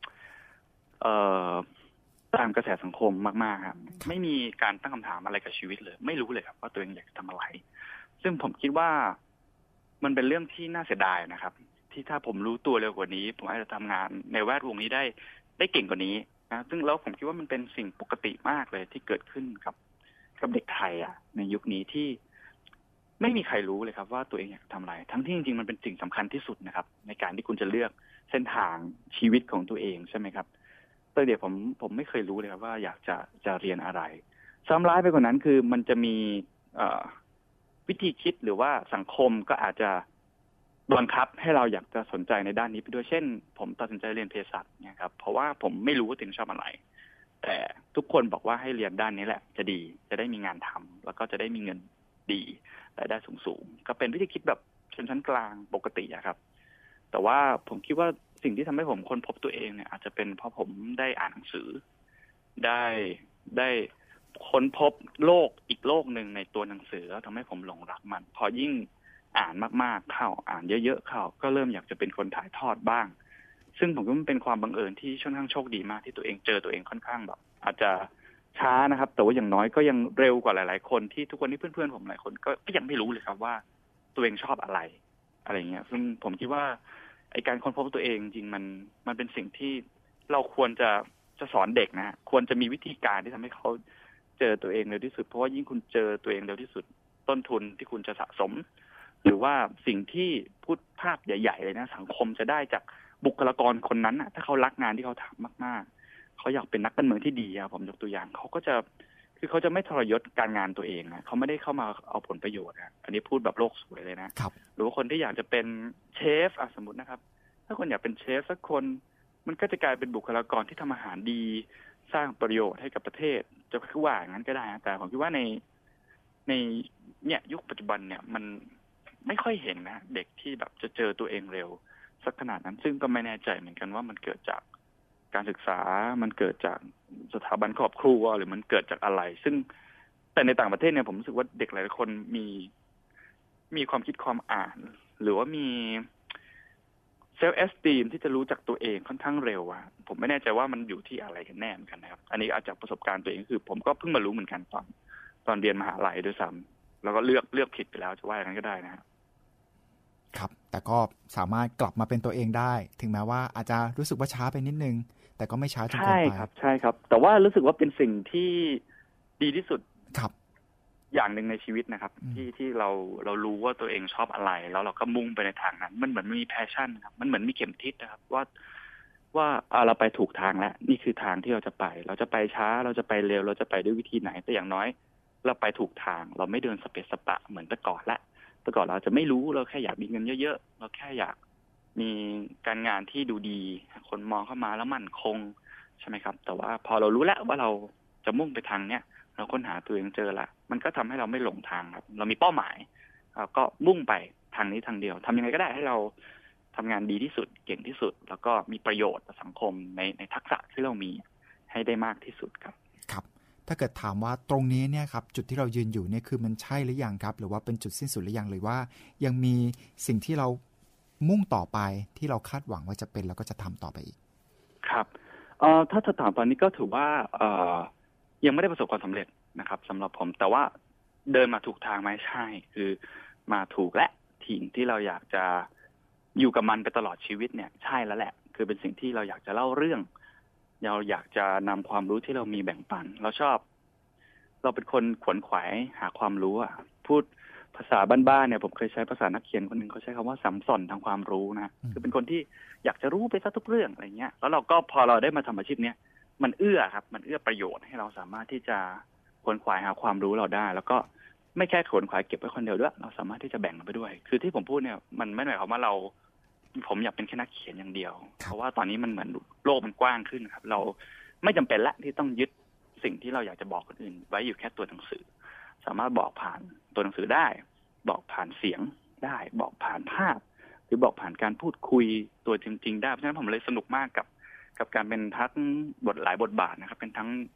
ตามกระแสสังคมมากๆครับไม่มีการตั้งคำถามอะไรกับชีวิตเลยไม่รู้เลยครับว่าตัวเองอยากจะทำอะไรซึ่งผมคิดว่ามันเป็นเรื่องที่น่าเสียดายนะครับที่ถ้าผมรู้ตัวเร็วกว่านี้ผมอาจจะทำงานในแวดวงนี้ได้เก่งกว่านี้นะซึ่งแล้วผมคิดว่ามันเป็นสิ่งปกติมากเลยที่เกิดขึ้นกับเด็กไทยในยุคนี้ที่ไม่มีใครรู้เลยครับว่าตัวเองอยากทำอะไรทั้งที่จริงๆมันเป็นสิ่งสำคัญที่สุดนะครับในการที่คุณจะเลือกเส้นทางชีวิตของตัวเองใช่ไหมครับตอนเด็กผมไม่เคยรู้เลยครับว่าอยากจะเรียนอะไรซ้ำร้ายไปกว่านั้นคือมันจะมีวิธีคิดหรือว่าสังคมก็อาจจะบังคับให้เราอยากจะสนใจในด้านนี้ไปด้วยเช่นผมตัดสินใจเรียนเภสัชเนี่ยครับเพราะว่าผมไม่รู้ว่าตัวเองชอบอะไรแต่ทุกคนบอกว่าให้เรียนด้านนี้แหละจะดีจะได้มีงานทำแล้วก็จะได้มีเงินดีรายได้สูงๆก็เป็นวิธีคิดแบบชนชั้นกลางปกติครับแต่ว่าผมคิดว่าสิ่งที่ทำให้ผมค้นพบตัวเองเนี่ยอาจจะเป็นเพราะผมได้อ่านหนังสือได้ค้นพบโลกอีกโลกหนึ่งในตัวหนังสือแล้วทำให้ผมหลงรักมันพอยิ่งอ่านมากๆเข้าอ่านเยอะๆเข้าก็เริ่มอยากจะเป็นคนถ่ายทอดบ้างซึ่งผมว่ามันเป็นความบังเอิญที่ค่อนข้างโชคดีมากที่ตัวเองเจอตัวเองค่อนข้างแบบอาจจะช้านะครับแต่ว่าอย่างน้อยก็ยังเร็วกว่าหลายๆคนที่ทุกวันนี้เพื่อนๆผมหลายคนก็ยังไม่รู้เลยครับว่าตัวเองชอบอะไรเงี้ยซึ่งผมคิดว่าไอ้การค้นพบตัวเองจริงมันเป็นสิ่งที่เราควรจะสอนเด็กนะควรจะมีวิธีการที่ทำให้เขาเจอตัวเองเร็วที่สุดเพราะว่ายิ่งคุณเจอตัวเองเร็วที่สุดต้นทุนที่คุณจะสะสมหรือว่าสิ่งที่พูดภาพใหญ่ๆเลยนะสังคมจะได้จากบุคลากรคนนั้นนะถ้าเขารักงานที่เขาทำมากๆเขาอยากเป็นนักการเมืองที่ดีผมยกตัวอย่างเขาก็จะคือเขาจะไม่ทรยศการงานตัวเองนะเขาไม่ได้เข้ามาเอาผลประโยชน์อันนี้พูดแบบโลกสวยเลยนะหรือว่าคนที่อยากจะเป็นเชฟสมมตินะครับถ้าคนอยากเป็นเชฟสักคนมันก็จะกลายเป็นบุคลากรที่ทำอาหารดีสร้างประโยชน์ให้กับประเทศจะคือว่าอย่างนั้นก็ได้แต่ผมคิดว่าในเนี่ยยุคปัจจุบันเนี่ยมันไม่ค่อยเห็นนะเด็กที่แบบจะเจอตัวเองเร็วสักขนาดนั้นซึ่งก็ไม่แน่ใจเหมือนกันว่ามันเกิดจากการศึกษามันเกิดจากสถาบันครอบครัวหรือมันเกิดจากอะไรซึ่งแต่ในต่างประเทศเนี่ยผมรู้สึกว่าเด็กหลายคนมีความคิดความอ่านหรือว่ามีเซลฟ์เอสตีมที่จะรู้จักตัวเองค่อนข้างเร็วผมไม่แน่ใจว่ามันอยู่ที่อะไรกันแน่เหมือนกันนะครับอันนี้อาจจะประสบการณ์ตัวเองคือผมก็เพิ่งมารู้เหมือนกันตอนเรียนมหาลัยด้วยซ้ำแล้วก็เลือกผิดไปแล้วจะว่าอย่างนั้นก็ได้นะครับแต่ก็สามารถกลับมาเป็นตัวเองได้ถึงแม้ว่าอาจจะรู้สึกว่าช้าไปนิดนึงแต่ก็ไม่ช้าจนเกินไปใช่ครับแต่ว่ารู้สึกว่าเป็นสิ่งที่ดีที่สุดครับอย่างหนึ่งในชีวิตนะครับที่เรารู้ว่าตัวเองชอบอะไรแล้วเราก็มุ่งไปในทางนั้นมันเหมือนมีแพชชั่นครับมันเหมือนมีเข็มทิศนะครับว่าเราไปถูกทางแล้วนี่คือทางที่เราจะไปช้าเราจะไปเร็วเราจะไปด้วยวิธีไหนแต่อย่างน้อยเราไปถูกทางเราไม่เดินสเปซสปะเหมือนแต่ก่อนเราจะไม่รู้เราแค่อยากมีเงินเยอะๆเราแค่อยากมีการงานที่ดูดีคนมองเข้ามาแล้วมั่นคงใช่ไหมครับแต่ว่าพอเรารู้แล้วว่าเราจะมุ่งไปทางเนี้ยเราค้นหาตัวเองเจอละมันก็ทำให้เราไม่หลงทางครับเรามีเป้าหมายก็มุ่งไปทางนี้ทางเดียวทำยังไงก็ได้ให้เราทำงานดีที่สุดเก่งที่สุดแล้วก็มีประโยชน์ต่อสังคมในทักษะที่เรามีให้ได้มากที่สุดครับครับถ้าเกิดถามว่าตรงนี้เนี่ยครับจุดที่เรายืนอยู่เนี่ยคือมันใช่หรือยังครับหรือว่าเป็นจุดสิ้นสุดหรือยังหรือว่ายังมีสิ่งที่เรามุ่งต่อไปที่เราคาดหวังว่าจะเป็นแล้วก็จะทำต่อไปอีกครับถ้าจะถามตอนนี้ก็ถือว่ายังไม่ได้ประสบความสำเร็จนะครับสำหรับผมแต่ว่าเดินมาถูกทางไหมใช่คือมาถูกและถิ่นที่เราอยากจะอยู่กับมันไปตลอดชีวิตเนี่ยใช่แล้วแหละคือเป็นสิ่งที่เราอยากจะเล่าเรื่องเราอยากจะนำความรู้ที่เรามีแบ่งปันเราเป็นคนขวนขวายหาความรู้พูดภาษาบ้านๆเนี่ยผมเคยใช้ภาษานักเขียนคนหนึ่งเขาใช้คำว่าสัมสอนทางความรู้นะคือเป็นคนที่อยากจะรู้ไปซะทุกเรื่องอะไรเงี้ยแล้วเราก็พอเราได้มาทำอาชีพเนี้ยมันเอื้อประโยชน์ให้เราสามารถที่จะขวนขวายหาความรู้เราได้แล้วก็ไม่แค่ขวนขวายเก็บไว้คนเดียวด้วยเราสามารถที่จะแบ่งไปด้วยคือที่ผมพูดเนี่ยมันไม่หมายความว่าผมอยากเป็นแค่นักเขียนอย่างเดียวเพราะว่าตอนนี้มันเหมือนโลกมันกว้างขึ้นครับเราไม่จำเป็นละที่ต้องยึดสิ่งที่เราอยากจะบอกคนอื่นไว้อยู่แค่ตัวหนังสือสามารถบอกผ่านตัวหนังสือได้บอกผ่านเสียงได้บอกผ่านภาพหรือบอกผ่านการพูดคุยตัวจริงๆได้เพราะฉะนั้นผมเลยสนุกมากกับการเป็นทั้งหลายบทบาทนะครับเป็นทั้ง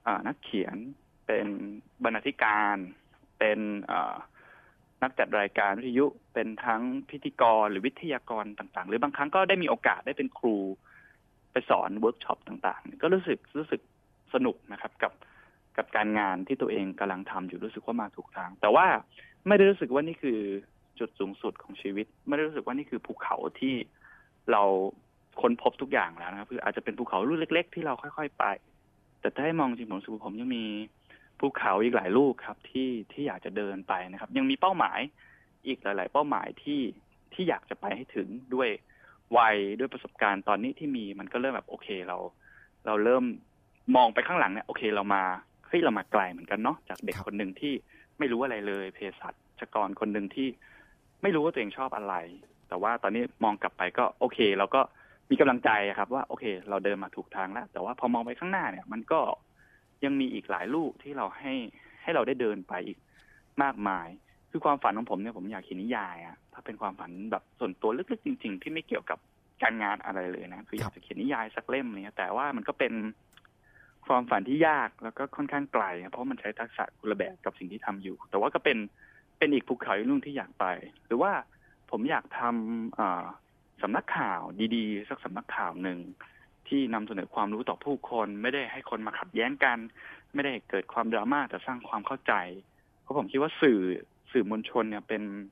นักเขียนเป็นบรรณาธิการเป็นนักจัดรายการวิทยุเป็นทั้งพิธีกรหรือวิทยากรต่างๆหรือบางครั้งก็ได้มีโอกาสได้เป็นครูไปสอนเวิร์กช็อปต่างๆก็รู้สึกสนุกนะครับกับการงานที่ตัวเองกำลังทำอยู่รู้สึกว่ามาถูกทางแต่ว่าไม่ได้รู้สึกว่านี่คือจุดสูงสุดของชีวิตไม่ได้รู้สึกว่านี่คือภูเขาที่เราค้นพบทุกอย่างแล้วนะครับคืออาจจะเป็นภูเขาลูกเล็กๆที่เราค่อยๆไปแต่ถ้าให้มองจริงผมรู้สึกว่าผมยังมีภูเขาอีกหลายลูกครับที่อยากจะเดินไปนะครับยังมีเป้าหมายอีกหลายๆเป้าหมายที่อยากจะไปให้ถึงด้วยวัยด้วยประสบการณ์ตอนนี้ที่มีมันก็เริ่มแบบโอเคเราเริ่มมองไปข้างหลังเนี่ยโอเคเรามาไกลเหมือนกันเนาะจากเด็กคนหนึ่งที่ไม่รู้อะไรเลยเภสัชกรคนหนึ่งที่ไม่รู้ว่าตัวเองชอบอะไรแต่ว่าตอนนี้มองกลับไปก็โอเคเราก็มีกำลังใจครับว่าโอเคเราเดินมาถูกทางแล้วแต่ว่าพอมองไปข้างหน้าเนี่ยมันก็ยังมีอีกหลายลูกที่เราให้เราได้เดินไปอีกมากมายคือความฝันของผมเนี่ยผมอยากเขียนนิยายถ้าเป็นความฝันแบบส่วนตัวลึกๆจริงๆที่ไม่เกี่ยวกับการงานอะไรเลยนะคืออยากจะเขียนนิยายสักเล่มเนี่ยแต่ว่ามันก็เป็นความฝันที่ยากแล้วก็ค่อนข้างไกลเพราะมันใช้ทักษะคนละแบบกับสิ่งที่ทำอยู่แต่ว่าก็เป็นอีกภูเขาอีกลูกที่อยากไปหรือว่าผมอยากทำสำนักข่าวดีๆสักสำนักข่าวหนึ่งที่นำเสนอความรู้ต่อผู้คนไม่ได้ให้คนมาขัดแย้งกันไม่ได้เกิดความดราม่าแต่สร้างความเข้าใจเพราะผมคิดว่าสื่อมวลชนเนี่ย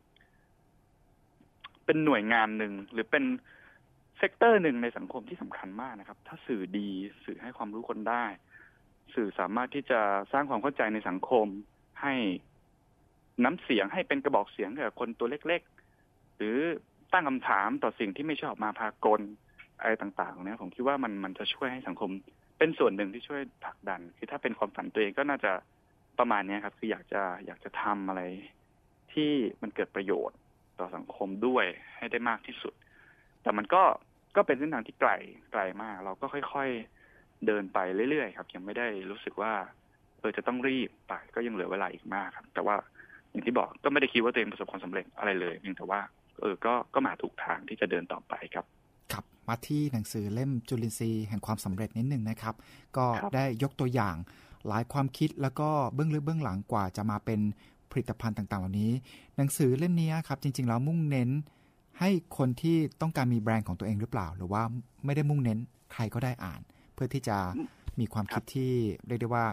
เป็นหน่วยงานหนึ่งหรือเป็นเซกเตอร์หนึ่งในสังคมที่สำคัญมากนะครับถ้าสื่อดีสื่อให้ความรู้คนได้สื่อสามารถที่จะสร้างความเข้าใจในสังคมให้น้ำเสียงให้เป็นกระบอกเสียงกับคนตัวเล็กๆหรือตั้งคำถามต่อสิ่งที่ไม่ชอบมาพากลอะไรต่างๆเนี่ยผมคิดว่ามันจะช่วยให้สังคมเป็นส่วนหนึ่งที่ช่วยผลักดันคือถ้าเป็นความฝันตัวเองก็น่าจะประมาณนี้ครับคืออยากจะทำอะไรที่มันเกิดประโยชน์ต่อสังคมด้วยให้ได้มากที่สุดแต่มันก็เป็นเส้นทางที่ไกลมากเราก็ค่อยๆเดินไปเรื่อยๆครับยังไม่ได้รู้สึกว่าจะต้องรีบไปก็ยังเหลือเวลาอีกมากครับแต่ว่าอย่างที่บอกก็ไม่ได้คิดว่าตัวเองประสบความสำเร็จอะไรเลยเพียงแต่ว่าก็มาถูกทางที่จะเดินต่อไปครับครับมาที่หนังสือเล่มจุลินทรีย์แห่งความสำเร็จนิดนึงนะครับก็ได้ยกตัวอย่างหลายความคิดแล้วก็เบื้องลึกเบื้องหลังกว่าจะมาเป็นผลิตภัณฑ์ต่างๆเหล่านี้หนังสือเล่มนี้ครับจริงๆแล้วมุ่งเน้นให้คนที่ต้องการมีแบรนด์ของตัวเองหรือเปล่าหรือว่าไม่ได้มุ่งเน้นใครก็ได้อ่านเพื่อที่จะมีความคิดที่เรียกได้ว่า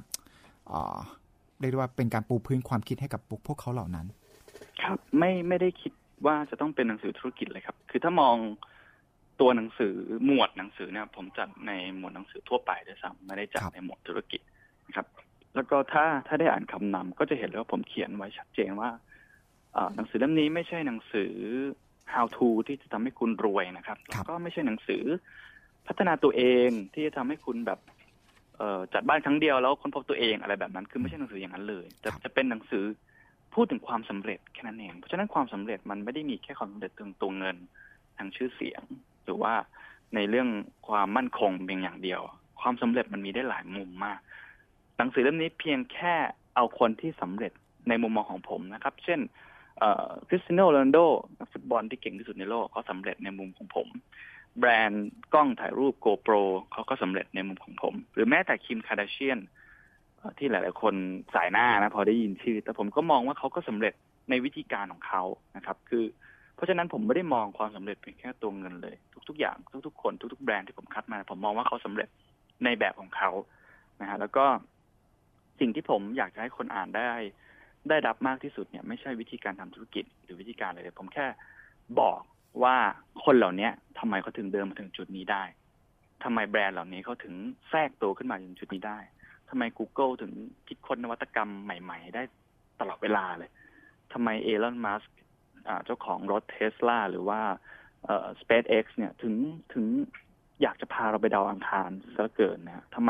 เป็นการปูพื้นความคิดให้กับพวกเขาเหล่านั้นครับไม่ได้คิดว่าจะต้องเป็นหนังสือธุรกิจเลยครับคือถ้ามองตัวหนังสือหมวดหนังสือเนี่ยผมจัดในหมวดหนังสือทั่วไปด้วยซ้ำไม่ได้จัดในหมวดธุรกิจนะครับแล้วก็ถ้าได้อ่านคำนำก็จะเห็นเลยว่าผมเขียนไว้ชัดเจนว่าหนังสือเล่มนี้ไม่ใช่หนังสือ how to ที่จะทำให้คุณรวยนะครับแล้วก็ไม่ใช่หนังสือพัฒนาตัวเองที่จะทำให้คุณแบบจัดบ้านครั้งเดียวแล้วค้นพบตัวเองอะไรแบบนั้นคือไม่ใช่หนังสืออย่างนั้นเลยแต่จะเป็นหนังสือพูดถึงความสำเร็จแค่นั้นเองเพราะฉะนั้นความสำเร็จมันไม่ได้มีแค่ความสำเร็จทางตัวเงินทางชื่อเสียงหรือว่าในเรื่องความมั่นคงเพียงอย่างเดียวความสำเร็จมันมีได้หลายมุมมากหนังสือเล่มนี้เพียงแค่เอาคนที่สำเร็จในมุมมองของผมนะครับเช่นคริสเตียโน โรนัลโดนักฟุตบอลที่เก่งที่สุดในโลกเขาสำเร็จในมุมของผมแบรนด์กล้องถ่ายรูป GoPro เขาก็สำเร็จในมุมของผมหรือแม้แต่คิม คาร์ดาเชียนที่หลายๆคนสายหน้านะพอได้ยินชื่อแต่ผมก็มองว่าเขาก็สำเร็จในวิธีการของเขานะครับคือเพราะฉะนั้นผมไม่ได้มองความสำเร็จเป็นแค่ตัวเงินเลยทุกๆอย่างทุกๆคนทุกๆแบรนด์ที่ผมคัดมาผมมองว่าเขาสำเร็จในแบบของเขานะฮะแล้วก็สิ่งที่ผมอยากจะให้คนอ่านได้รับมากที่สุดเนี่ยไม่ใช่วิธีการทำธุรกิจหรือวิธีการอะไรเลยผมแค่บอกว่าคนเหล่านี้ทำไมเขาถึงเดินมาถึงจุดนี้ได้ทำไมแบรนด์เหล่านี้เขาถึงแทรกตัวขึ้นมาถึงจุดนี้ได้ทำไม Google ถึงคิดค้นนวัตกรรมใหม่ๆได้ตลอดเวลาเลยทำไมอีลอน มัสก์เจ้าของรถ Tesla หรือว่าSpaceX เนี่ยถึงอยากจะพาเราไปดาวอังคารซะเกินนะทำไม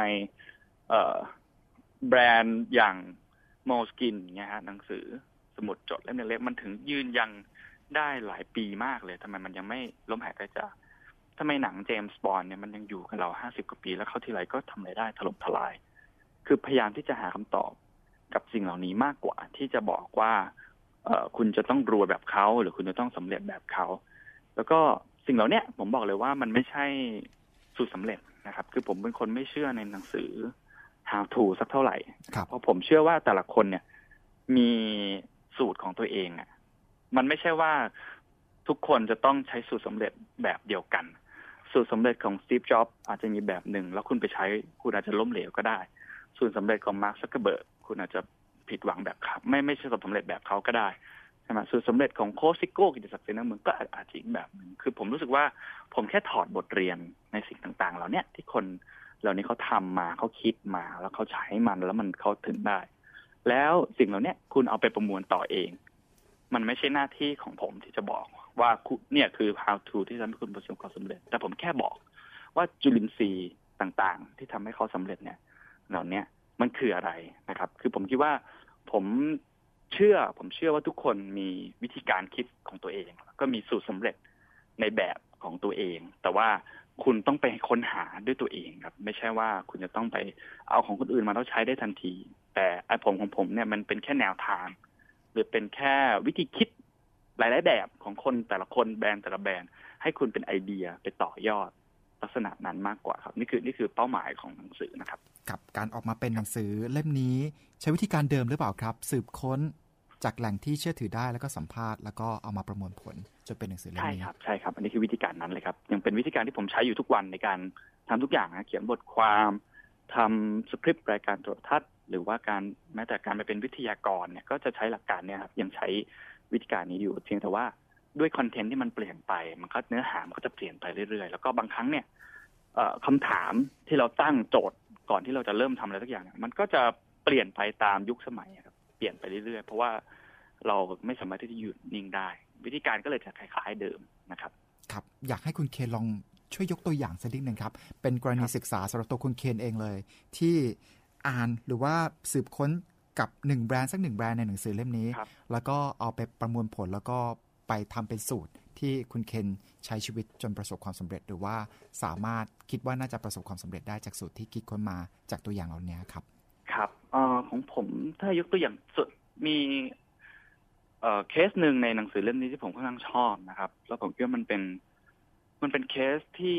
แบรนด์อย่าง Moleskine เนี่ยฮะหนังสือสมุดจดเล่มเล็กๆมันถึงยืนยังได้หลายปีมากเลยทำไมมันยังไม่ล้มหายไปจากทำไมหนังเจมส์บอนด์เนี่ยมันยังอยู่กับเรา50 กว่าปีแล้วเข้าทีไรก็ทำอะไรได้ถล่มทลายคือพยายามที่จะหาคำตอบกับสิ่งเหล่านี้มากกว่าที่จะบอกว่าคุณจะต้องรวยแบบเขาหรือคุณจะต้องสำเร็จแบบเขาแล้วก็สิ่งเหล่านี้ผมบอกเลยว่ามันไม่ใช่สูตรสำเร็จนะครับคือผมเป็นคนไม่เชื่อในหนังสือ how to สักเท่าไหร่เพราะผมเชื่อว่าแต่ละคนเนี่ยมีสูตรของตัวเองอ่ะมันไม่ใช่ว่าทุกคนจะต้องใช้สูตรสำเร็จแบบเดียวกันสูตรสำเร็จของ Steve Jobs อาจจะมีแบบหนึ่งแล้วคุณไปใช้คุณอาจจะล้มเหลวก็ได้สูตรสำเร็จของ Mark Zuckerberg คุณอาจจะผิดหวังแบบเขาไม่ใช่สูตรสำเร็จแบบเขาก็ได้ใช่ไหมสูตรสำเร็จของโค้ชซิโก้กิติศักดิ์เสนาเมืองก็อาจจะอีกแบบนึงคือผมรู้สึกว่าผมแค่ถอดบทเรียนในสิ่งต่างๆเหล่านี้ที่คนเหล่านี้เขาทำมาเขาคิดมาแล้วเขาใช้มันแล้วมันเขาถึงได้แล้วสิ่งเหล่านี้คุณเอาไปประมวลต่อเองมันไม่ใช่หน้าที่ของผมที่จะบอกว่าเนี่ยคือ how to ที่ทำให้คุณประสบความสำเร็จแต่ผมแค่บอกว่าจุลินทรีย์ต่างๆที่ทำให้เขาสำเร็จเนี่ยเหล่านี้มันคืออะไรนะครับคือผมคิดว่าผมเชื่อว่าทุกคนมีวิธีการคิดของตัวเองก็มีสูตรสำเร็จในแบบของตัวเองแต่ว่าคุณต้องไปค้นหาด้วยตัวเองครับไม่ใช่ว่าคุณจะต้องไปเอาของคนอื่นมาแล้วใช้ได้ทันทีแต่ของผมเนี่ยมันเป็นแค่แนวทางหรือเป็นแค่วิธีคิดหลายๆแบบของคนแต่ละคนแบรนด์แต่ละแบรนด์ให้คุณเป็นไอเดียไปต่อยอดลักษณะนั้นมากกว่าครับนี่คือเป้าหมายของหนังสือนะครับกับการออกมาเป็นหนังสือเล่มนี้ใช้วิธีการเดิมหรือเปล่าครับสืบค้นจากแหล่งที่เชื่อถือได้แล้วก็สัมภาษณ์แล้วก็เอามาประมวลผลจนเป็นหนังสือเล่มนี้ใช่ครับอันนี้คือวิธีการนั้นเลยครับยังเป็นวิธีการที่ผมใช้อยู่ทุกวันในการทำทุกอย่างนะเขียนบทความทำสคริปต์รายการโทรทัศน์หรือว่าการแม้แต่การไปเป็นวิทยากรเนี่ยก็จะใช้หลักการเนี่ยครับยังใช้วิธีการนี้อยู่เพียงแต่ว่าด้วยคอนเทนต์ที่มันเปลี่ยนไปมันก็เนื้อหามันก็จะเปลี่ยนไปเรื่อยๆแล้วก็บางครั้งเนี่ยคำถามที่เราตั้งโจทย์ก่อนที่เราจะเริ่มทำอะไรสักอย่างมันก็จะเปลี่ยนไปตามยุคสมัยครับเปลี่ยนไปเรื่อยๆเพราะว่าเราไม่สามารถที่จะหยุดนิ่งได้วิธีการก็เลยจะคล้ายๆเดิมนะครับครับอยากให้คุณเคนลองช่วยยกตัวอย่างสักนิดนึงครับเป็นกรณีศึกษาสำหรับตัวคุณเคนเองเลยที่อ่านหรือว่าสืบค้นกับ1แบรนด์สัก1แบรนด์ในหนังสือเล่มนี้แล้วก็เอาไปประมวลผลแล้วก็ไปทำเป็นสูตรที่คุณเคนใช้ชีวิตจนประสบความสำเร็จหรือว่าสามารถคิดว่าน่าจะประสบความสำเร็จได้จากสูตรที่คิดค้นมาจากตัวอย่างเหล่านี้ครับครับของผมถ้ายกตัวอย่างสุดมีเคสหนึ่งในหนังสือเล่มนี้ที่ผมค่อนข้างชอบนะครับแล้วผมคิดว่ามันเป็นเคสที่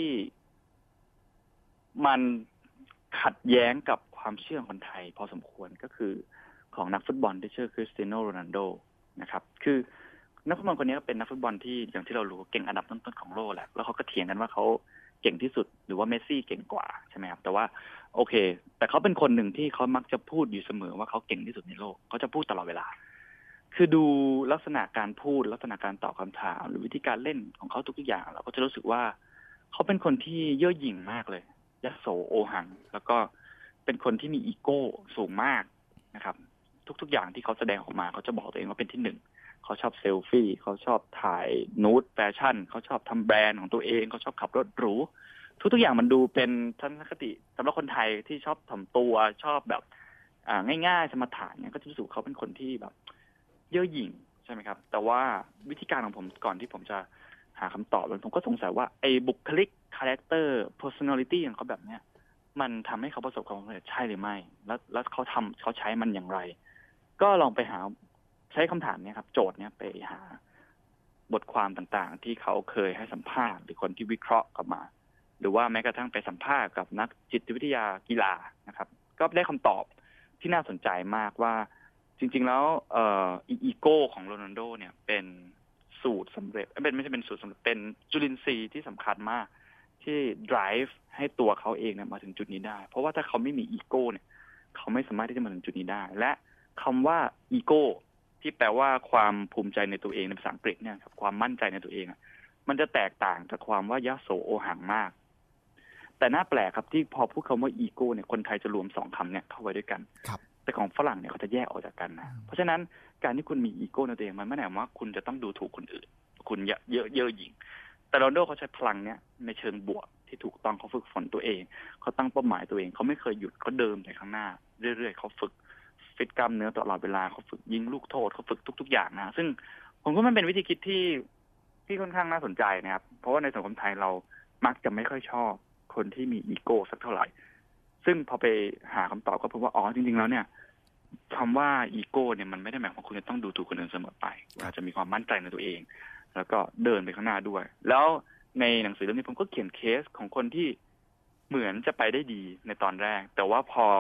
มันขัดแย้งกับความเชื่อของคนไทยพอสมควรก็คือของนักฟุตบอลที่ชื่อคริสเตียโนโรนัลโดนะครับคือนักฟุตบอลคนนี้เป็นนักฟุตบอลที่อย่างที่เรารู้เก่งอันดับต้นๆของโลกแหละแล้วเขาก็เถียงกันว่าเขาเก่งที่สุดหรือว่าเมสซี่เก่งกว่าใช่ไหมครับแต่ว่าโอเคแต่เขาเป็นคนหนึ่งที่เขามักจะพูดอยู่เสมอว่าเขาเก่งที่สุดในโลกเขาจะพูดตลอดเวลาคือดูลักษณะการพูดลักษณะการตอบคำถามหรือวิธีการเล่นของเขาทุกอย่างเราก็จะรู้สึกว่าเขาเป็นคนที่เย่อหยิ่งมากเลยยโสโอหังแล้วก็เป็นคนที่มีอีโก้สูงมากนะครับทุกๆอย่างที่เขาแสดงออกมาเขาจะบอกตัวเองว่าเป็นที่หนึ่งเขาชอบเซลฟี่เขาชอบถ่ายนูดแฟชั่นเขาชอบทำแบรนด์ของตัวเองเขาชอบขับรถหรูทุกๆอย่างมันดูเป็นทัศนคติสำหรับคนไทยที่ชอบถ่อมตัวชอบแบบง่ายๆสมถะเนี่ยก็จะรู้สึกเขาเป็นคนที่แบบเย่อหยิ่งใช่ไหมครับแต่ว่าวิธีการของผมก่อนที่ผมจะหาคำตอบผมก็สงสัยว่าไอ้บุคลิกคาแรคเตอร์ personality ของเขาแบบเนี้ยมันทำให้เขาประสบความสำเร็จใช่หรือไม่แล้วเขาใช้มันอย่างไรก็ลองไปหาใช้คำถามนี้ครับโจทย์นี้ไปหาบทความต่างๆที่เขาเคยให้สัมภาษณ์หรือคนที่วิเคราะห์กลับมาหรือว่าแม้กระทั่งไปสัมภาษณ์กับนักจิตวิทยากีฬานะครับก็ได้คำตอบที่น่าสนใจมากว่าจริงๆแล้วอีโก้ของโรนัลโดเนี่ยเป็นสูตรสำเร็จไม่ใช่เป็นสูตรสำเร็จเป็นจุลินทรีย์ที่สำคัญมากที่ drive ให้ตัวเขาเองเนี่ยมาถึงจุดนี้ได้เพราะว่าถ้าเขาไม่มีอีโก้เนี่ยเขาไม่สามารถที่จะมาถึงจุดนี้ได้และคำว่าอีโก้ที่แปลว่าความภูมิใจในตัวเองในภาษาอังกฤษเนี่ยครับความมั่นใจในตัวเองมันจะแตกต่างจากความว่ายโสโอหังมากแต่น่าแปลกครับที่พอพูดคำว่าอีโก้เนี่ยคนไทยจะรวมสองคำเนี่ยเข้าไว้ด้วยกันแต่ของฝรั่งเนี่ยเขาจะแยกออกจากกันนะเพราะฉะนั้นการที่คุณมีอีโก้ในตัวเองมันไม่ได้หมายว่าคุณจะต้องดูถูกคนอื่นคุณเยอะหยิ่งแต่โรนัลโดเขาใช้พลังเนี่ยในเชิงบวกที่ถูกต้องเขาฝึกฝนตัวเองเขาตั้งเป้าหมายตัวเองเขาไม่เคยหยุดเขาเดินไปข้างหน้าเรื่อยๆเขาฝึกฟิตกล้ามเนื้อตลอดเวลาเขาฝึกยิงลูกโทษเขาฝึกทุกๆอย่างนะซึ่งผมว่ามันเป็นวิธีคิดที่ค่อนข้างน่าสนใจนะครับเพราะว่าในสังคมไทยเรามักจะไม่ค่อยชอบคนที่มีอีโก้สักเท่าไหร่ซึ่งพอไปหาคำตอบก็พบว่าอ๋อจริงๆแล้วเนี่ยคำว่าอีโก้เนี่ยมันไม่ได้หมายความว่าคุณจะต้องดูถูกคนอื่นเสมอไปอาจจะมีความมั่นใจในตัวเองแล้วก็เดินไปข้างหน้าด้วยแล้วในหนังสือเล่มนี้ผมก็เขียนเคสของคนที่เหมือนจะไปได้ดีในตอนแรกแต่ว่าพอ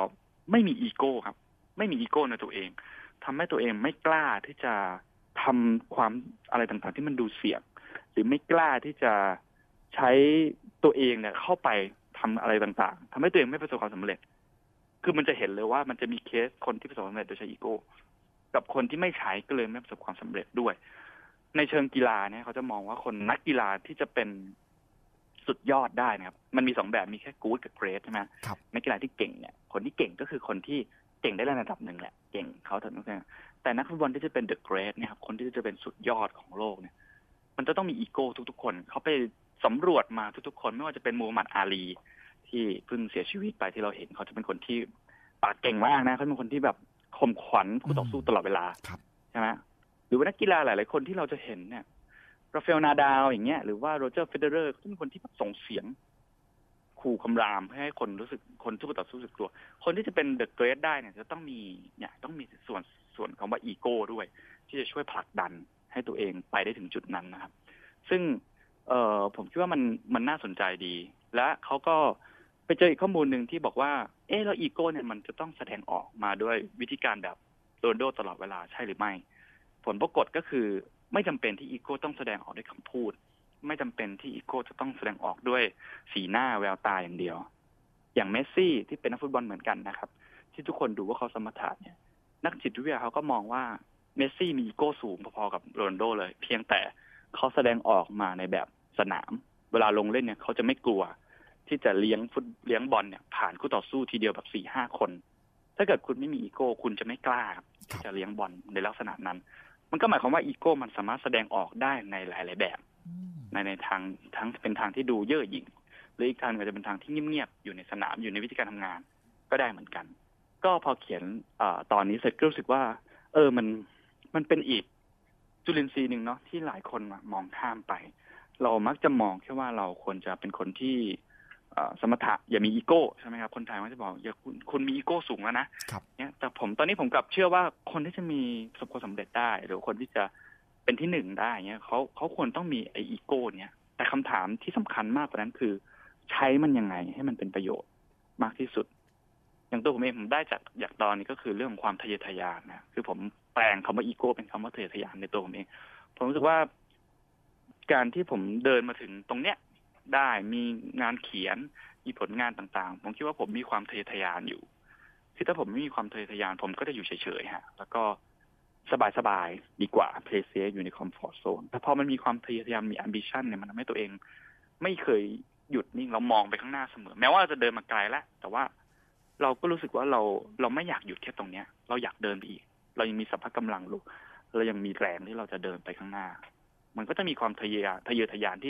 ไม่มีอีโก้ครับไม่มีอีโก้ในตัวเองทำให้ตัวเองไม่กล้าที่จะทำความอะไรต่างๆที่มันดูเสี่ยงหรือไม่กล้าที่จะใช้ตัวเองเนี่ยเข้าไปทำอะไรต่างๆทำให้ตัวเองไม่ประสบความสำเร็จคือมันจะเห็นเลยว่ามันจะมีเคสคนที่ประสบความสำเร็จโดยใช้อีโก้กับคนที่ไม่ใช้ก็เลยไม่ประสบความสำเร็จด้วยในเชิงกีฬาเนี่ยเขาจะมองว่าคนนักกีฬาที่จะเป็นสุดยอดได้นะครับมันมี2แบบมีแค่ good กับ great ใช่ไหมนักกีฬาที่เก่งเนี่ยคนที่เก่งก็คือคนที่เก่งได้ระดับหนึ่งแหละเก่งเขาถึงแต่นักฟุตบอลที่จะเป็น the great เนี่ยครับคนที่จะเป็นสุดยอดของโลกเนี่ยมันจะต้องมีอีโก้ทุกๆคนเขาไปสำรวจมาทุกๆคนไม่ว่าจะเป็นมูฮัมหมัดอาลีที่เพิ่งเสียชีวิตไปที่เราเห็นเขาจะเป็นคนที่ปากเก่งมากนะเขาเป็นคนที่แบบข่มขวัญคู่ต่อสู้ตลอดเวลาใช่ไหมหรือว่านักกีฬาหลายๆคนที่เราจะเห็นเนี่ยราฟาเอลนาดาลอย่างเงี้ยหรือว่าโรเจอร์เฟเดอเรอร์ก็เป็นคนที่ส่งเสียงขู่คำรามให้คนรู้สึกคนสู้ต่อสู้รู้สึกกลัวคนที่จะเป็นเดอะเกรทได้เนี่ยจะต้องมีส่วนคำว่าอีโก้ด้วยที่จะช่วยผลักดันให้ตัวเองไปได้ถึงจุดนั้นนะครับซึ่งผมคิดว่ามันน่าสนใจดีและเขาก็ไปเจออีกข้อมูลหนึ่งที่บอกว่าแล้วอีโก้เนี่ยมันจะต้องแสดงออกมาด้วยวิธีการแบบโรนัลโดตลอดเวลาใช่หรือไม่ผลปรากฏก็คือไม่จำเป็นที่อีโก้ต้องแสดงออกด้วยคำพูดไม่จำเป็นที่อีโก้จะต้องแสดงออกด้วยสีหน้าแววตาอย่างเดียวอย่างเมสซี่ที่เป็นนักฟุตบอลเหมือนกันนะครับที่ทุกคนดูว่าเขาสมรรถะเนี่ยนักจิตวิทยาเขาก็มองว่าเมสซี่มีอีโก้สูงพอๆกับโรนัลโดเลยเพียงแต่เขาแสดงออกมาในแบบสนามเวลาลงเล่นเนี่ยเขาจะไม่กลัวที่จะเลี้ยงบอลเนี่ยผ่านคู่ต่อสู้ทีเดียวแบบ 4-5 คนถ้าเกิดคุณไม่มีอีโก้คุณจะไม่กล้าที่จะเลี้ยงบอลในลักษณะนั้นมันก็หมายความว่าอีโก้มันสามารถแสดงออกได้ในหลายๆแบบในทางทั้งเป็นทางที่ดูเย่อหยิ่งหรืออีกทางก็จะเป็นทางที่เงียบๆอยู่ในสนามอยู่ในวิธีการทำงานก็ได้เหมือนกันก็พอเขียนตอนนี้เสร็จก็รู้สึกว่ามันเป็นอีกจุลินทรีย์หนึ่งเนาะที่หลายคนมองข้ามไปเรามักจะมองแค่ว่าเราควรจะเป็นคนที่สมถะอย่ามีอีโก้ใช่ไหมครับคนไทยมักจะบอกอย่าคุณมีอีโก้สูงแล้วนะเนี่ยแต่ตอนนี้ผมกลับเชื่อว่าคนที่จะมีประสบความสำเร็จได้หรือคนที่จะเป็นที่หนึ่งได้เนี่ยเขาควรต้องมีไออีโก้เนี่ยแต่คำถามที่สำคัญมากกว่านั้นคือใช้มันยังไงให้มันเป็นประโยชน์มากที่สุดอย่างตัวผมเองผมได้จากตอนนี้ก็คือเรื่องของความทะเยอทะยานนะคือผมแปลงคำว่าอีโก้เป็นคำว่าทะเยอทะยานในตัวผมเองผมรู้สึกว่าการที่ผมเดินมาถึงตรงเนี้ยได้มีงานเขียนมีผลงานต่างๆผมคิดว่าผมมีความทะเยอทะยานอยู่คือถ้าผมไม่มีความทะเยอทะยานผมก็จะอยู่เฉยๆฮะแล้วก็สบายๆดีกว่า play safe อยู่ใน comfort zone แต่พอมันมีความทะเยอทะยานมี ambition เนี่ยมันทำให้ตัวเองไม่เคยหยุดนิ่งเรามองไปข้างหน้าเสมอแม้ว่าจะเดินมาไกลแล้วแต่ว่าเราก็รู้สึกว่าเราไม่อยากหยุดแค่ตรงเนี้ยเราอยากเดินไปอีกเรายังมีสัพพะกำลังลูกเรายังมีแรงที่เราจะเดินไปข้างหน้ามันก็จะมีความทะเยอทะยานที่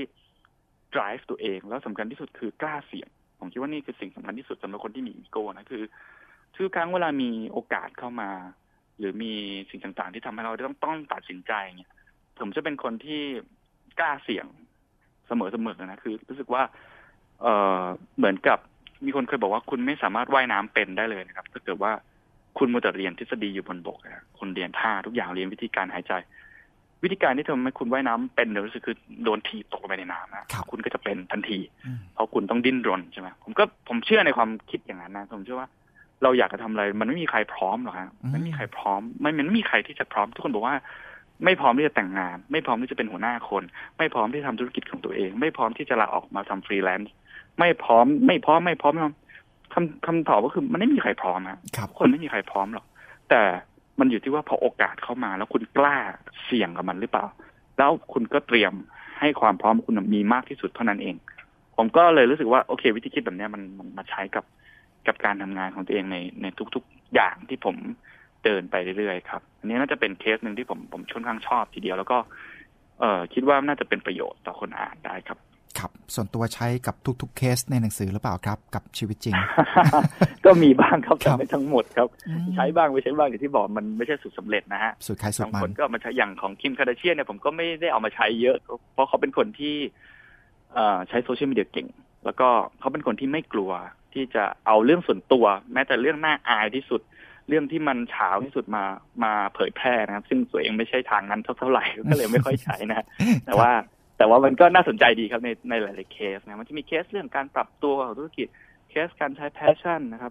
drive ตัวเองแล้วสำคัญที่สุดคือกล้าเสี่ยงผมคิดว่านี่คือสิ่งสำคัญที่สุดสำหรับคนที่มีอีโก้นะคือทุกครั้งเวลามีโอกาสเข้ามาหรือมีสิ่งต่างๆที่ทำให้เราต้องตัดสินใจเนี่ยผมจะเป็นคนที่กล้าเสี่ยงเสมอนะคือรู้สึกว่าเหมือนกับมีคนเคยบอกว่าคุณไม่สามารถว่ายน้ำเป็นได้เลยนะครับถ้าเกิดว่าคุณมัวแต่เรียนทฤษฎีอยู่บนบกนะคุณเรียนท่าทุกอย่างเรียนวิธีการหายใจวิธีการที่ทำให้คุณว่ายน้ำเป็นรู้สึกคือโดนถีบตกลงไปในน้ำนะคุณก็จะเป็นทันทีเพราะคุณต้องดิ้นรนใช่ไหมผมเชื่อในความคิดอย่างนั้นนะผมเชื่อว่าเราอยากจะทำอะไรมันไม่มีใครพร้อมหรอกฮะไม่มีใครพร้อมมันไม่มีใครที่จะพร้อมทุกคนบอกว่าไม่พร้อมที่จะแต่งงานไม่พร้อมที่จะเป็นหัวหน้าคนไม่พร้อมที่จะทำธุรกิจของตัวเองไม่พร้อมที่จะลาออกมาทำฟรีแลนซ์ไม่พร้อมคำตอบก็คือมันไม่มีใครพร้อมนะคนไม่มีใครพร้อมหรอกแต่มันอยู่ที่ว่าพอโอกาสเข้ามาแล้วคุณกล้าเสี่ยงกับมันหรือเปล่าแล้วคุณก็เตรียมให้ความพร้อมคุณมีมากที่สุดเท่านั้นเองผมก็เลยรู้สึกว่าโอเควิธีคิดแบบนี้มันมาใช้กับการทำงานของตัวเองในทุกๆอย่างที่ผมเดินไปเรื่อยๆครับอันนี้น่าจะเป็นเคสหนึ่งที่ผมค่อนข้างชอบทีเดียวแล้วก็คิดว่าน่าจะเป็นประโยชน์ต่อคนอ่านได้ครับครับส่วนตัวใช้กับทุกๆเคสในหนังสือหรือเปล่าครับกับชีวิตจริงก็มีบ้างครับแต่ไม่ทั้งหมดครับใช้บ้างไม่ใช้บ้างอย่างที่บอกมันไม่ใช่สูตรสำเร็จนะฮะสูตรใครสูตรมันบางคนก็มาใช้อย่างของคิมคาร์ดาเชียนเนี่ยผมก็ไม่ได้เอามาใช้เยอะเพราะเขาเป็นคนที่ใช้โซเชียลมีเดียเก่งแล้วก็เขาเป็นคนที่ไม่กลัวที่จะเอาเรื่องส่วนตัวแม้แต่เรื่องน่าอายที่สุดเรื่องที่มันเฉาที่สุดมาเผยแพร่นะครับซึ่งตัวเองไม่ใช่ทางนั้นเท่าไหร่ก็เลยไม่ค่อยใช้นะแต่ว่ามันก็น่าสนใจดีครับในหลายๆเคสนะมันจะมีเคสเรื่องการปรับตัวของธุรกิจเคสการใช้แพชชั่นนะครับ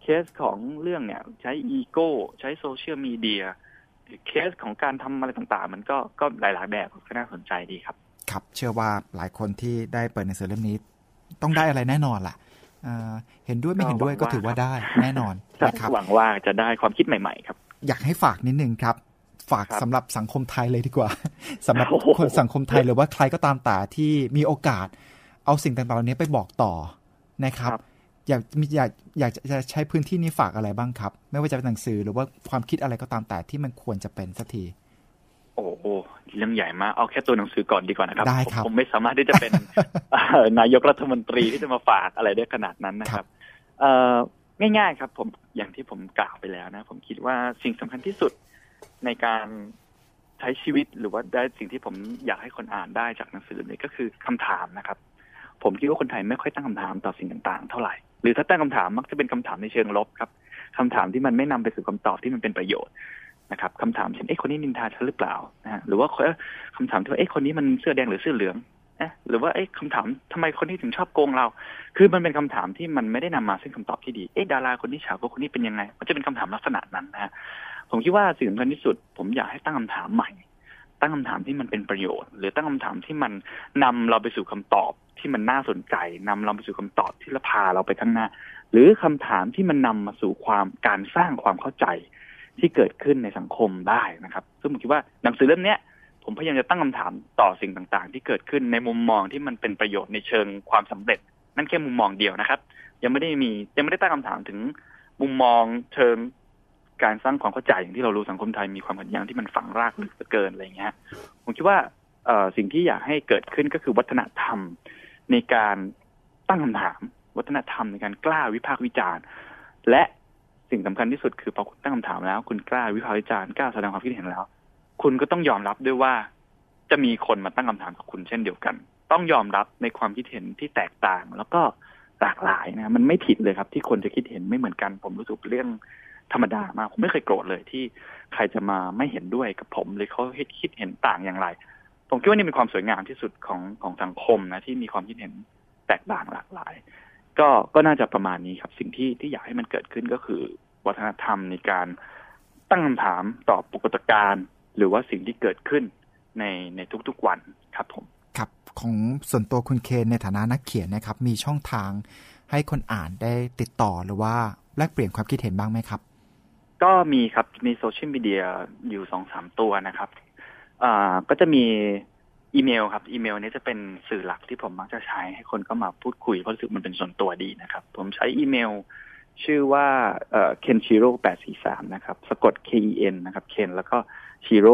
เคสของเรื่องเนี่ยใช้อีโก้ใช้โซเชียลมีเดียเคสของการทำอะไรต่างๆมันก็หลายๆแบบก็น่าสนใจดีครับครับเชื่อว่าหลายคนที่ได้เปิดหนังสือเล่มนี้ต้องได้อะไรแน่นอนล่ะเห็นด้วยไม่เห็นด้วยก็ถือว่าได้แน่นอนนะครับหวังว่าจะได้ความคิดใหม่ๆครับอยากให้ฝากนิดนึงครับฝากสำหรับสังคมไทยเลยดีกว่าสำหรับคนสังคมไทยหรือว่าใครก็ตามแต่ที่มีโอกาสเอาสิ่งต่างๆเหล่านี้ไปบอกต่อนะครับอยากจะใช้พื้นที่นี้ฝากอะไรบ้างครับไม่ว่าจะเป็นหนังสือหรือว่าความคิดอะไรก็ตามแต่ที่มันควรจะเป็นสักทีโอ้เรื่องใหญ่มากเอาแค่ตัวหนังสือก่อนดีกว่านะครับผมไม่สามารถที่จะเป็น นายกรัฐมนตรีที่จะมาฝากอะไรได้ขนาดนั้นนะครับง่ายๆครับผมอย่างที่ผมกล่าวไปแล้วนะผมคิดว่าสิ่งสำคัญที่สุดในการใช้ชีวิตหรือว่าได้สิ่งที่ผมอยากให้คนอ่านได้จากหนังสือนี้ก็คือคำถามนะครับผมคิดว่าคนไทยไม่ค่อยตั้งคำถามต่อสิ่งต่างๆเท่าไหร่หรือถ้าตั้งคำถามมักจะเป็นคำถามในเชิงลบครับคำถามที่มันไม่นำไปสู่คำตอบที่มันเป็นประโยชน์นะครับคำถามเช่นคนนี้นินทาฉันหรือเปล่านะหรือว่าคำถามที่ว่าคนนี้มันเสื้อแดงหรือเสื้อเหลืองหรือว่าคำถามทำไมคนนี้ถึงชอบโกงเราคือมันเป็นคำถามที่มันไม่ได้นำมาซึ่งคำตอบที่ดีดาราคนนี้ฉาว่าคนนี้เป็นยังไงมันจะเป็นคำถามลักษณะนั้นนะผมคิดว่าสิ่งสำคัญที่สุดผมอยากให้ตั้งคำถามใหม่ตั้งคำถามที่มันเป็นประโยชน์หรือตั้งคำถามที่มันนำเราไปสู่คำตอบที่มันน่าสนใจนำเราไปสู่คำตอบที่พาเราไปข้างหน้าหรือคำถามที่มันนำมาสู่การสร้างความเข้าใจที่เกิดขึ้นในสังคมได้นะครับซึ่งผมคิดว่าหนังสือเล่มนี้ผมพยายามจะตั้งคำถามต่อสิ่งต่างๆที่เกิดขึ้นในมุมมองที่มันเป็นประโยชน์ในเชิงความสำเร็จนั่นแค่มุมมองเดียวนะครับยังไม่ได้ตั้งคำถามถึงมุมมองเชิงการสร้างความเข้าใจอย่างที่เรารู้สังคมไทยมีความขัดแย้งที่มันฝังรากลึกเกินอะไรอย่างเงี้ยผมคิดว่าสิ่งที่อยากให้เกิดขึ้นก็คือวัฒนธรรมในการตั้งคำถามวัฒนธรรมในการกล้าวิพากษ์วิจารณ์และสิ่งสำคัญที่สุดคือพอคุณตั้งคำถามแล้วคุณกล้าวิพากษ์วิจารณ์กล้าแสดงความคิดเห็นแล้วคุณก็ต้องยอมรับด้วยว่าจะมีคนมาตั้งคำถามกับคุณเช่นเดียวกันต้องยอมรับในความคิดเห็นที่แตกต่างแล้วก็หลากหลายนะมันไม่ผิดเลยครับที่คนจะคิดเห็นไม่เหมือนกันผมรู้สึกเรื่องธรรมดามากผมไม่เคยโกรธเลยที่ใครจะมาไม่เห็นด้วยกับผมหรือเขาคิดเห็นต่างอย่างไรผมคิดว่านี่เป็นความสวยงามที่สุดของสังคมนะที่มีความคิดเห็นแตกต่างหลากหลายก็น่าจะประมาณนี้ครับสิ่งที่อยากให้มันเกิดขึ้นก็คือวัฒนธรรมในการตั้งคำถามต่อปรากฏการณ์หรือว่าสิ่งที่เกิดขึ้นในทุกๆวันครับผมครับของส่วนตัวคุณเคนในฐานะนักเขียนนะครับมีช่องทางให้คนอ่านได้ติดต่อหรือว่าแลกเปลี่ยนความคิดเห็นบ้างไหมครับก็มีครับมีโซเชียลมีเดียอยู่ 2-3 ตัวนะครับก็จะมีอีเมลครับอีเมลนี้จะเป็นสื่อหลักที่ผมมักจะใช้ให้คนเข้ามาพูดคุยเพราะรู้สึกมันเป็นส่วนตัวดีนะครับผมใช้อีเมลชื่อว่าkenshiro 843นะครับสะกด ken นะครับ ken แล้วก็ shiro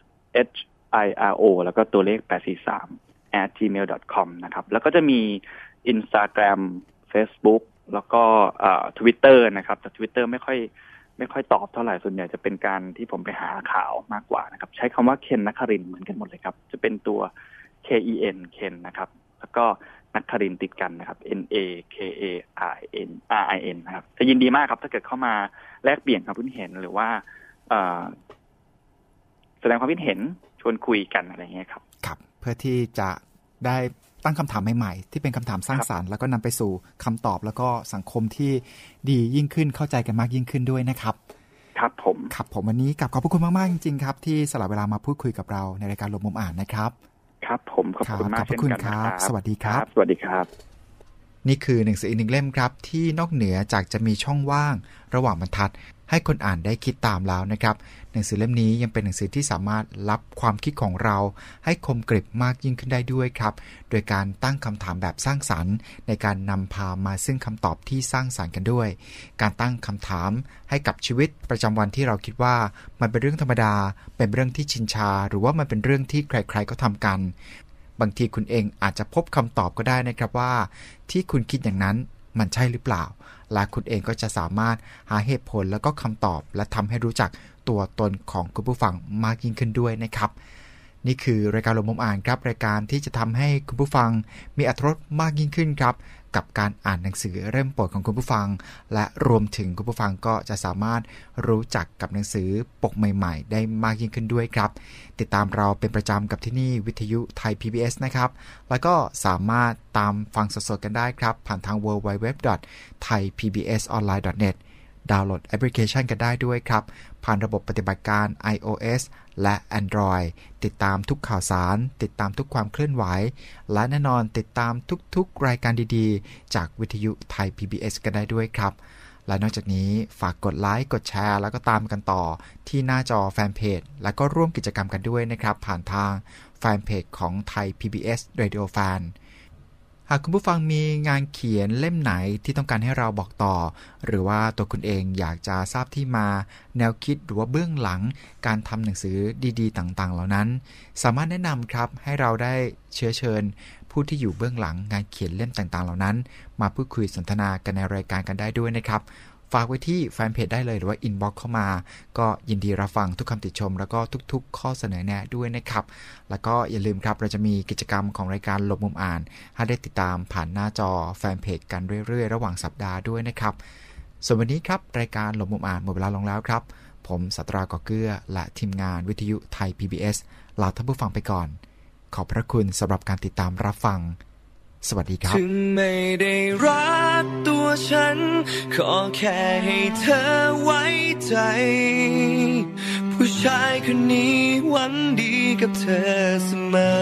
shiro แล้วก็ตัวเลข843 @gmail.com นะครับแล้วก็จะมี Instagram Facebook แล้วก็Twitter นะครับแต่ Twitter ไม่ค่อยตอบเท่าไหร่ส่วนใหญ่จะเป็นการที่ผมไปหาข่าวมากกว่านะครับใช้คำว่าเคนนครินทร์เหมือนกันหมดเลยครับจะเป็นตัว ken เคนนะครับแล้วก็นครินทร์ติดกันนะครับ NAKARIN นะครับจะยินดีมากครับถ้าเกิดเข้ามาแลกเปลี่ยนความคิดเห็นหรือว่าแสดงความคิดเห็นชวนคุยกันอะไรเงี้ยครับครับเพื่อที่จะได้ตั้งคำถามใหม่ๆที่เป็นคำถามสร้างสรรค์แล้วก็นำไปสู่คำตอบแล้วก็สังคมที่ดียิ่งขึ้นเข้าใจกันมากยิ่งขึ้นด้วยนะครับครับผมวันนี้ขอบคุณมากๆจริงๆครับที่สละเวลามาพูดคุยกับเราในรายการหลบมุมอ่านนะครับครับผมขอบคุณมากเช่นกันครับสวัสดีครับสวัสดีครับนี่คือหนังสืออีกหนึ่งเล่มครับที่นอกเหนือจากจะมีช่องว่างระหว่างบรรทัดให้คนอ่านได้คิดตามแล้วนะครับหนังสือเล่มนี้ยังเป็นหนังสือที่สามารถรับความคิดของเราให้คมกริบมากยิ่งขึ้นได้ด้วยครับโดยการตั้งคำถามแบบสร้างสรรค์ในการนำพามาซึ่งคำตอบที่สร้างสรรค์กันด้วยการตั้งคำถามให้กับชีวิตประจำวันที่เราคิดว่ามันเป็นเรื่องธรรมดาเป็นเรื่องที่ชินชาหรือว่ามันเป็นเรื่องที่ใครๆก็ทำกันบางทีคุณเองอาจจะพบคำตอบก็ได้นะครับว่าที่คุณคิดอย่างนั้นมันใช่หรือเปล่าและคุณเองก็จะสามารถหาเหตุผลแล้วก็คำตอบและทำให้รู้จักตัวตนของคุณผู้ฟังมากยิ่งขึ้นด้วยนะครับนี่คือรายการหลบมุมอ่านครับรายการที่จะทำให้คุณผู้ฟังมีอรรถรสมากยิ่งขึ้นครับกับการอ่านหนังสือเล่มโปรดของคุณผู้ฟังและรวมถึงคุณผู้ฟังก็จะสามารถรู้จักกับหนังสือปกใหม่ๆได้มากยิ่งขึ้นด้วยครับติดตามเราเป็นประจำกับที่นี่วิทยุไทย PBS นะครับแล้วก็สามารถตามฟังสดๆกันได้ครับผ่านทาง www.thaipbsonline.net ดาวน์โหลดแอปพลิเคชันกันได้ด้วยครับผ่านระบบปฏิบัติการ iOS และ Android ติดตามทุกข่าวสารติดตามทุกความเคลื่อนไหวและแน่นอนติดตามทุกๆรายการดีๆจากวิทยุไทย PBS กันได้ด้วยครับและนอกจากนี้ฝากกดไลค์กดแชร์แล้วก็ตามกันต่อที่หน้าจอแฟนเพจแล้วก็ร่วมกิจกรรมกันด้วยนะครับผ่านทางแฟนเพจของไทย PBS Radio Fan หากคุณผู้ฟังมีงานเขียนเล่มไหนที่ต้องการให้เราบอกต่อหรือว่าตัวคุณเองอยากจะทราบที่มาแนวคิดหรือว่าเบื้องหลังการทำหนังสือดีๆต่างๆเหล่านั้นสามารถแนะนำครับให้เราได้เชิญผู้ที่อยู่เบื้องหลังงานเขียนเล่มต่างๆเหล่านั้นมาพูดคุยสนทนากันในรายการกันได้ด้วยนะครับฝากไว้ที่แฟนเพจได้เลยหรือว่าอินบ็อกซ์เข้ามาก็ยินดีรับฟังทุกคำติชมแล้วก็ทุกๆข้อเสนอแนะด้วยนะครับแล้วก็อย่าลืมครับเราจะมีกิจกรรมของรายการหลบมุมอ่านให้ได้ติดตามผ่านหน้าจอแฟนเพจกันเรื่อยๆระหว่างสัปดาห์ด้วยนะครับส่วนวันนี้ครับรายการหลบมุมอ่านหมดเวลาลงแล้วครับผมศาสตราก่อเกื้อและทีมงานวิทยุไทย PBS ลาท่านผู้ฟังไปก่อนขอบพระคุณสำหรับการติดตามรับฟังสวัสดีครับถึงไม่ได้รักตัวฉันขอแค่ให้เธอไว้ใจผู้ชายคนนี้หวังดีกับเธอเสมอ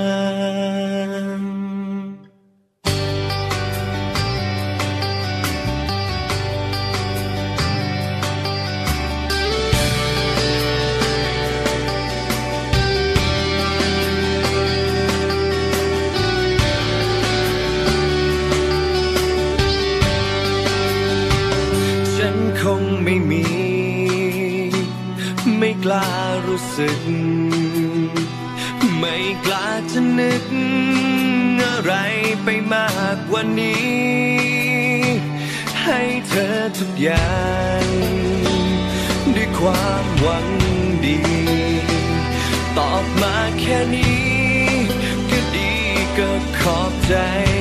คงไม่มีไม่กล้ารู้สึกไม่กล้าจะนึกอะไรไปมากกว่านี้ให้เธอทุกอย่างด้วยความหวังดีตอบมาแค่นี้ก็ดีก็ขอบใจ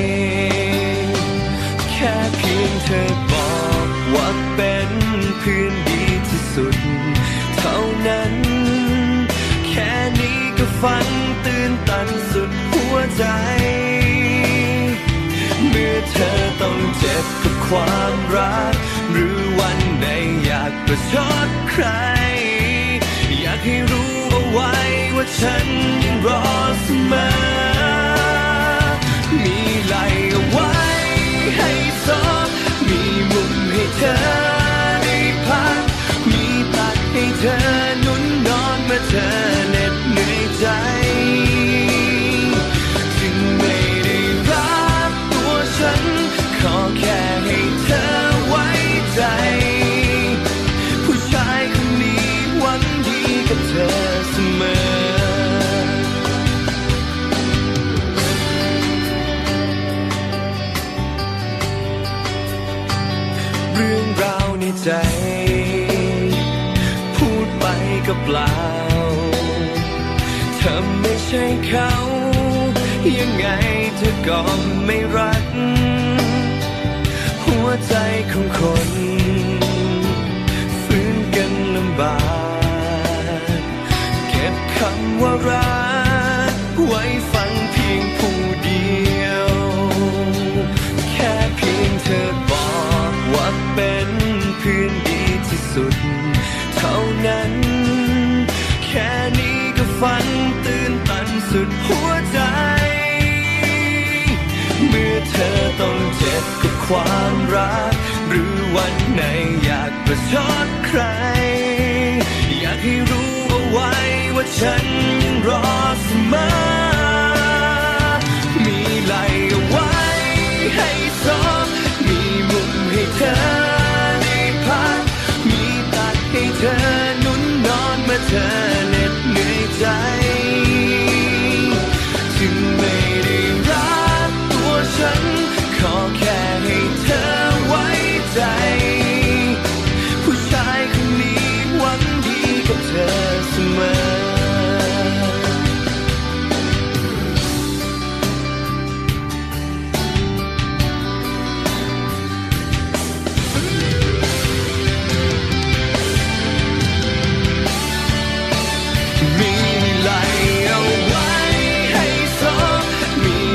แค่เพียงเธอบอกว่าเป็นเพื่อนดีที่สุดเท่านั้นแค่นี้ก็ฝันตื่นตันสุดหัวใจเมื่อเธอต้องเจ็บกับความรักหรือวันใดอยากประชดใครอยากให้รู้เอาไว้ว่าฉันยังรอเสมอมีไหลเอาไว้ให้ซบมีมุมให้เธอได้พักมีตักให้เธอนุ่นนอนเมื่อเธอเหน็ดเหนื่อยใจจึงไม่ได้รักตัวฉันขอแค่ให้เธอไว้ใจผู้ชายคนนี้หวังดีกับเธอเสมอเรื่องราวในใจพูดไปก็เปล่าเธอไม่ใช่เขายังไงเธอก็ไม่รักหัวใจของคนฟื้นกันลำบากเก็บคำว่ารักไว้ฟังเพียงผู้เดียวแค่เพียงเธอบอกว่าเป็นเพื่อนดีที่สุดเท่านั้นแค่นี้ก็ฝันตื่นตันสุดหัวใจเมื่อเธอต้องเจ็บกับความรักหรือวันไหนอยากประชดใครอยากให้รู้เอาไว้ว่าฉันยังรอเสมอมีไหลเอาไว้ให้ซบมีมุมให้เธอได้พักมีตักให้เธอนุ่นนอนเมื่อเธอเหน็ดเหนื่อยใจจึงไม่ได้รักตัวฉันขอแค่ให้เธอไว้ใจผู้ชายคนนี้หวังดีกับเธอเสมอ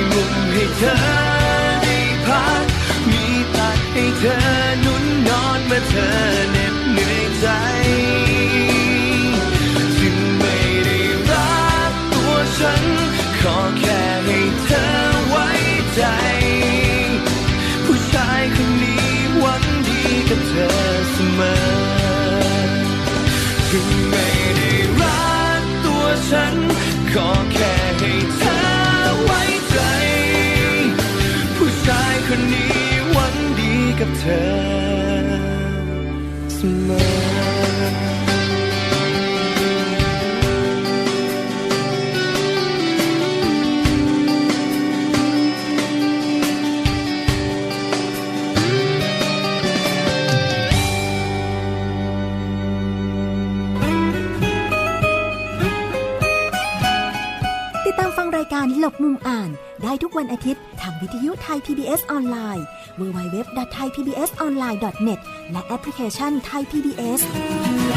เธอได้พักมีตักให้เธอนุ่นนอนเมื่อเธอเหน็ดเหนื่อยใจจึงไม่ได้รักตัวฉันขอแค่ให้เธอไว้ใจผู้ชายคนนี้หวังดีกับเธอเสมอถึงไม่ได้รักตัวฉันขอแค่ให้เธอไว้ใจผู้ชายคนนี้หวังดีกับเธอเสมอรายการหลบมุมอ่านได้ทุกวันอาทิตย์ทางวิทยุไทย PBS ออนไลน์ www.thaipbsonline.net และแอปพลิเคชัน Thai PBS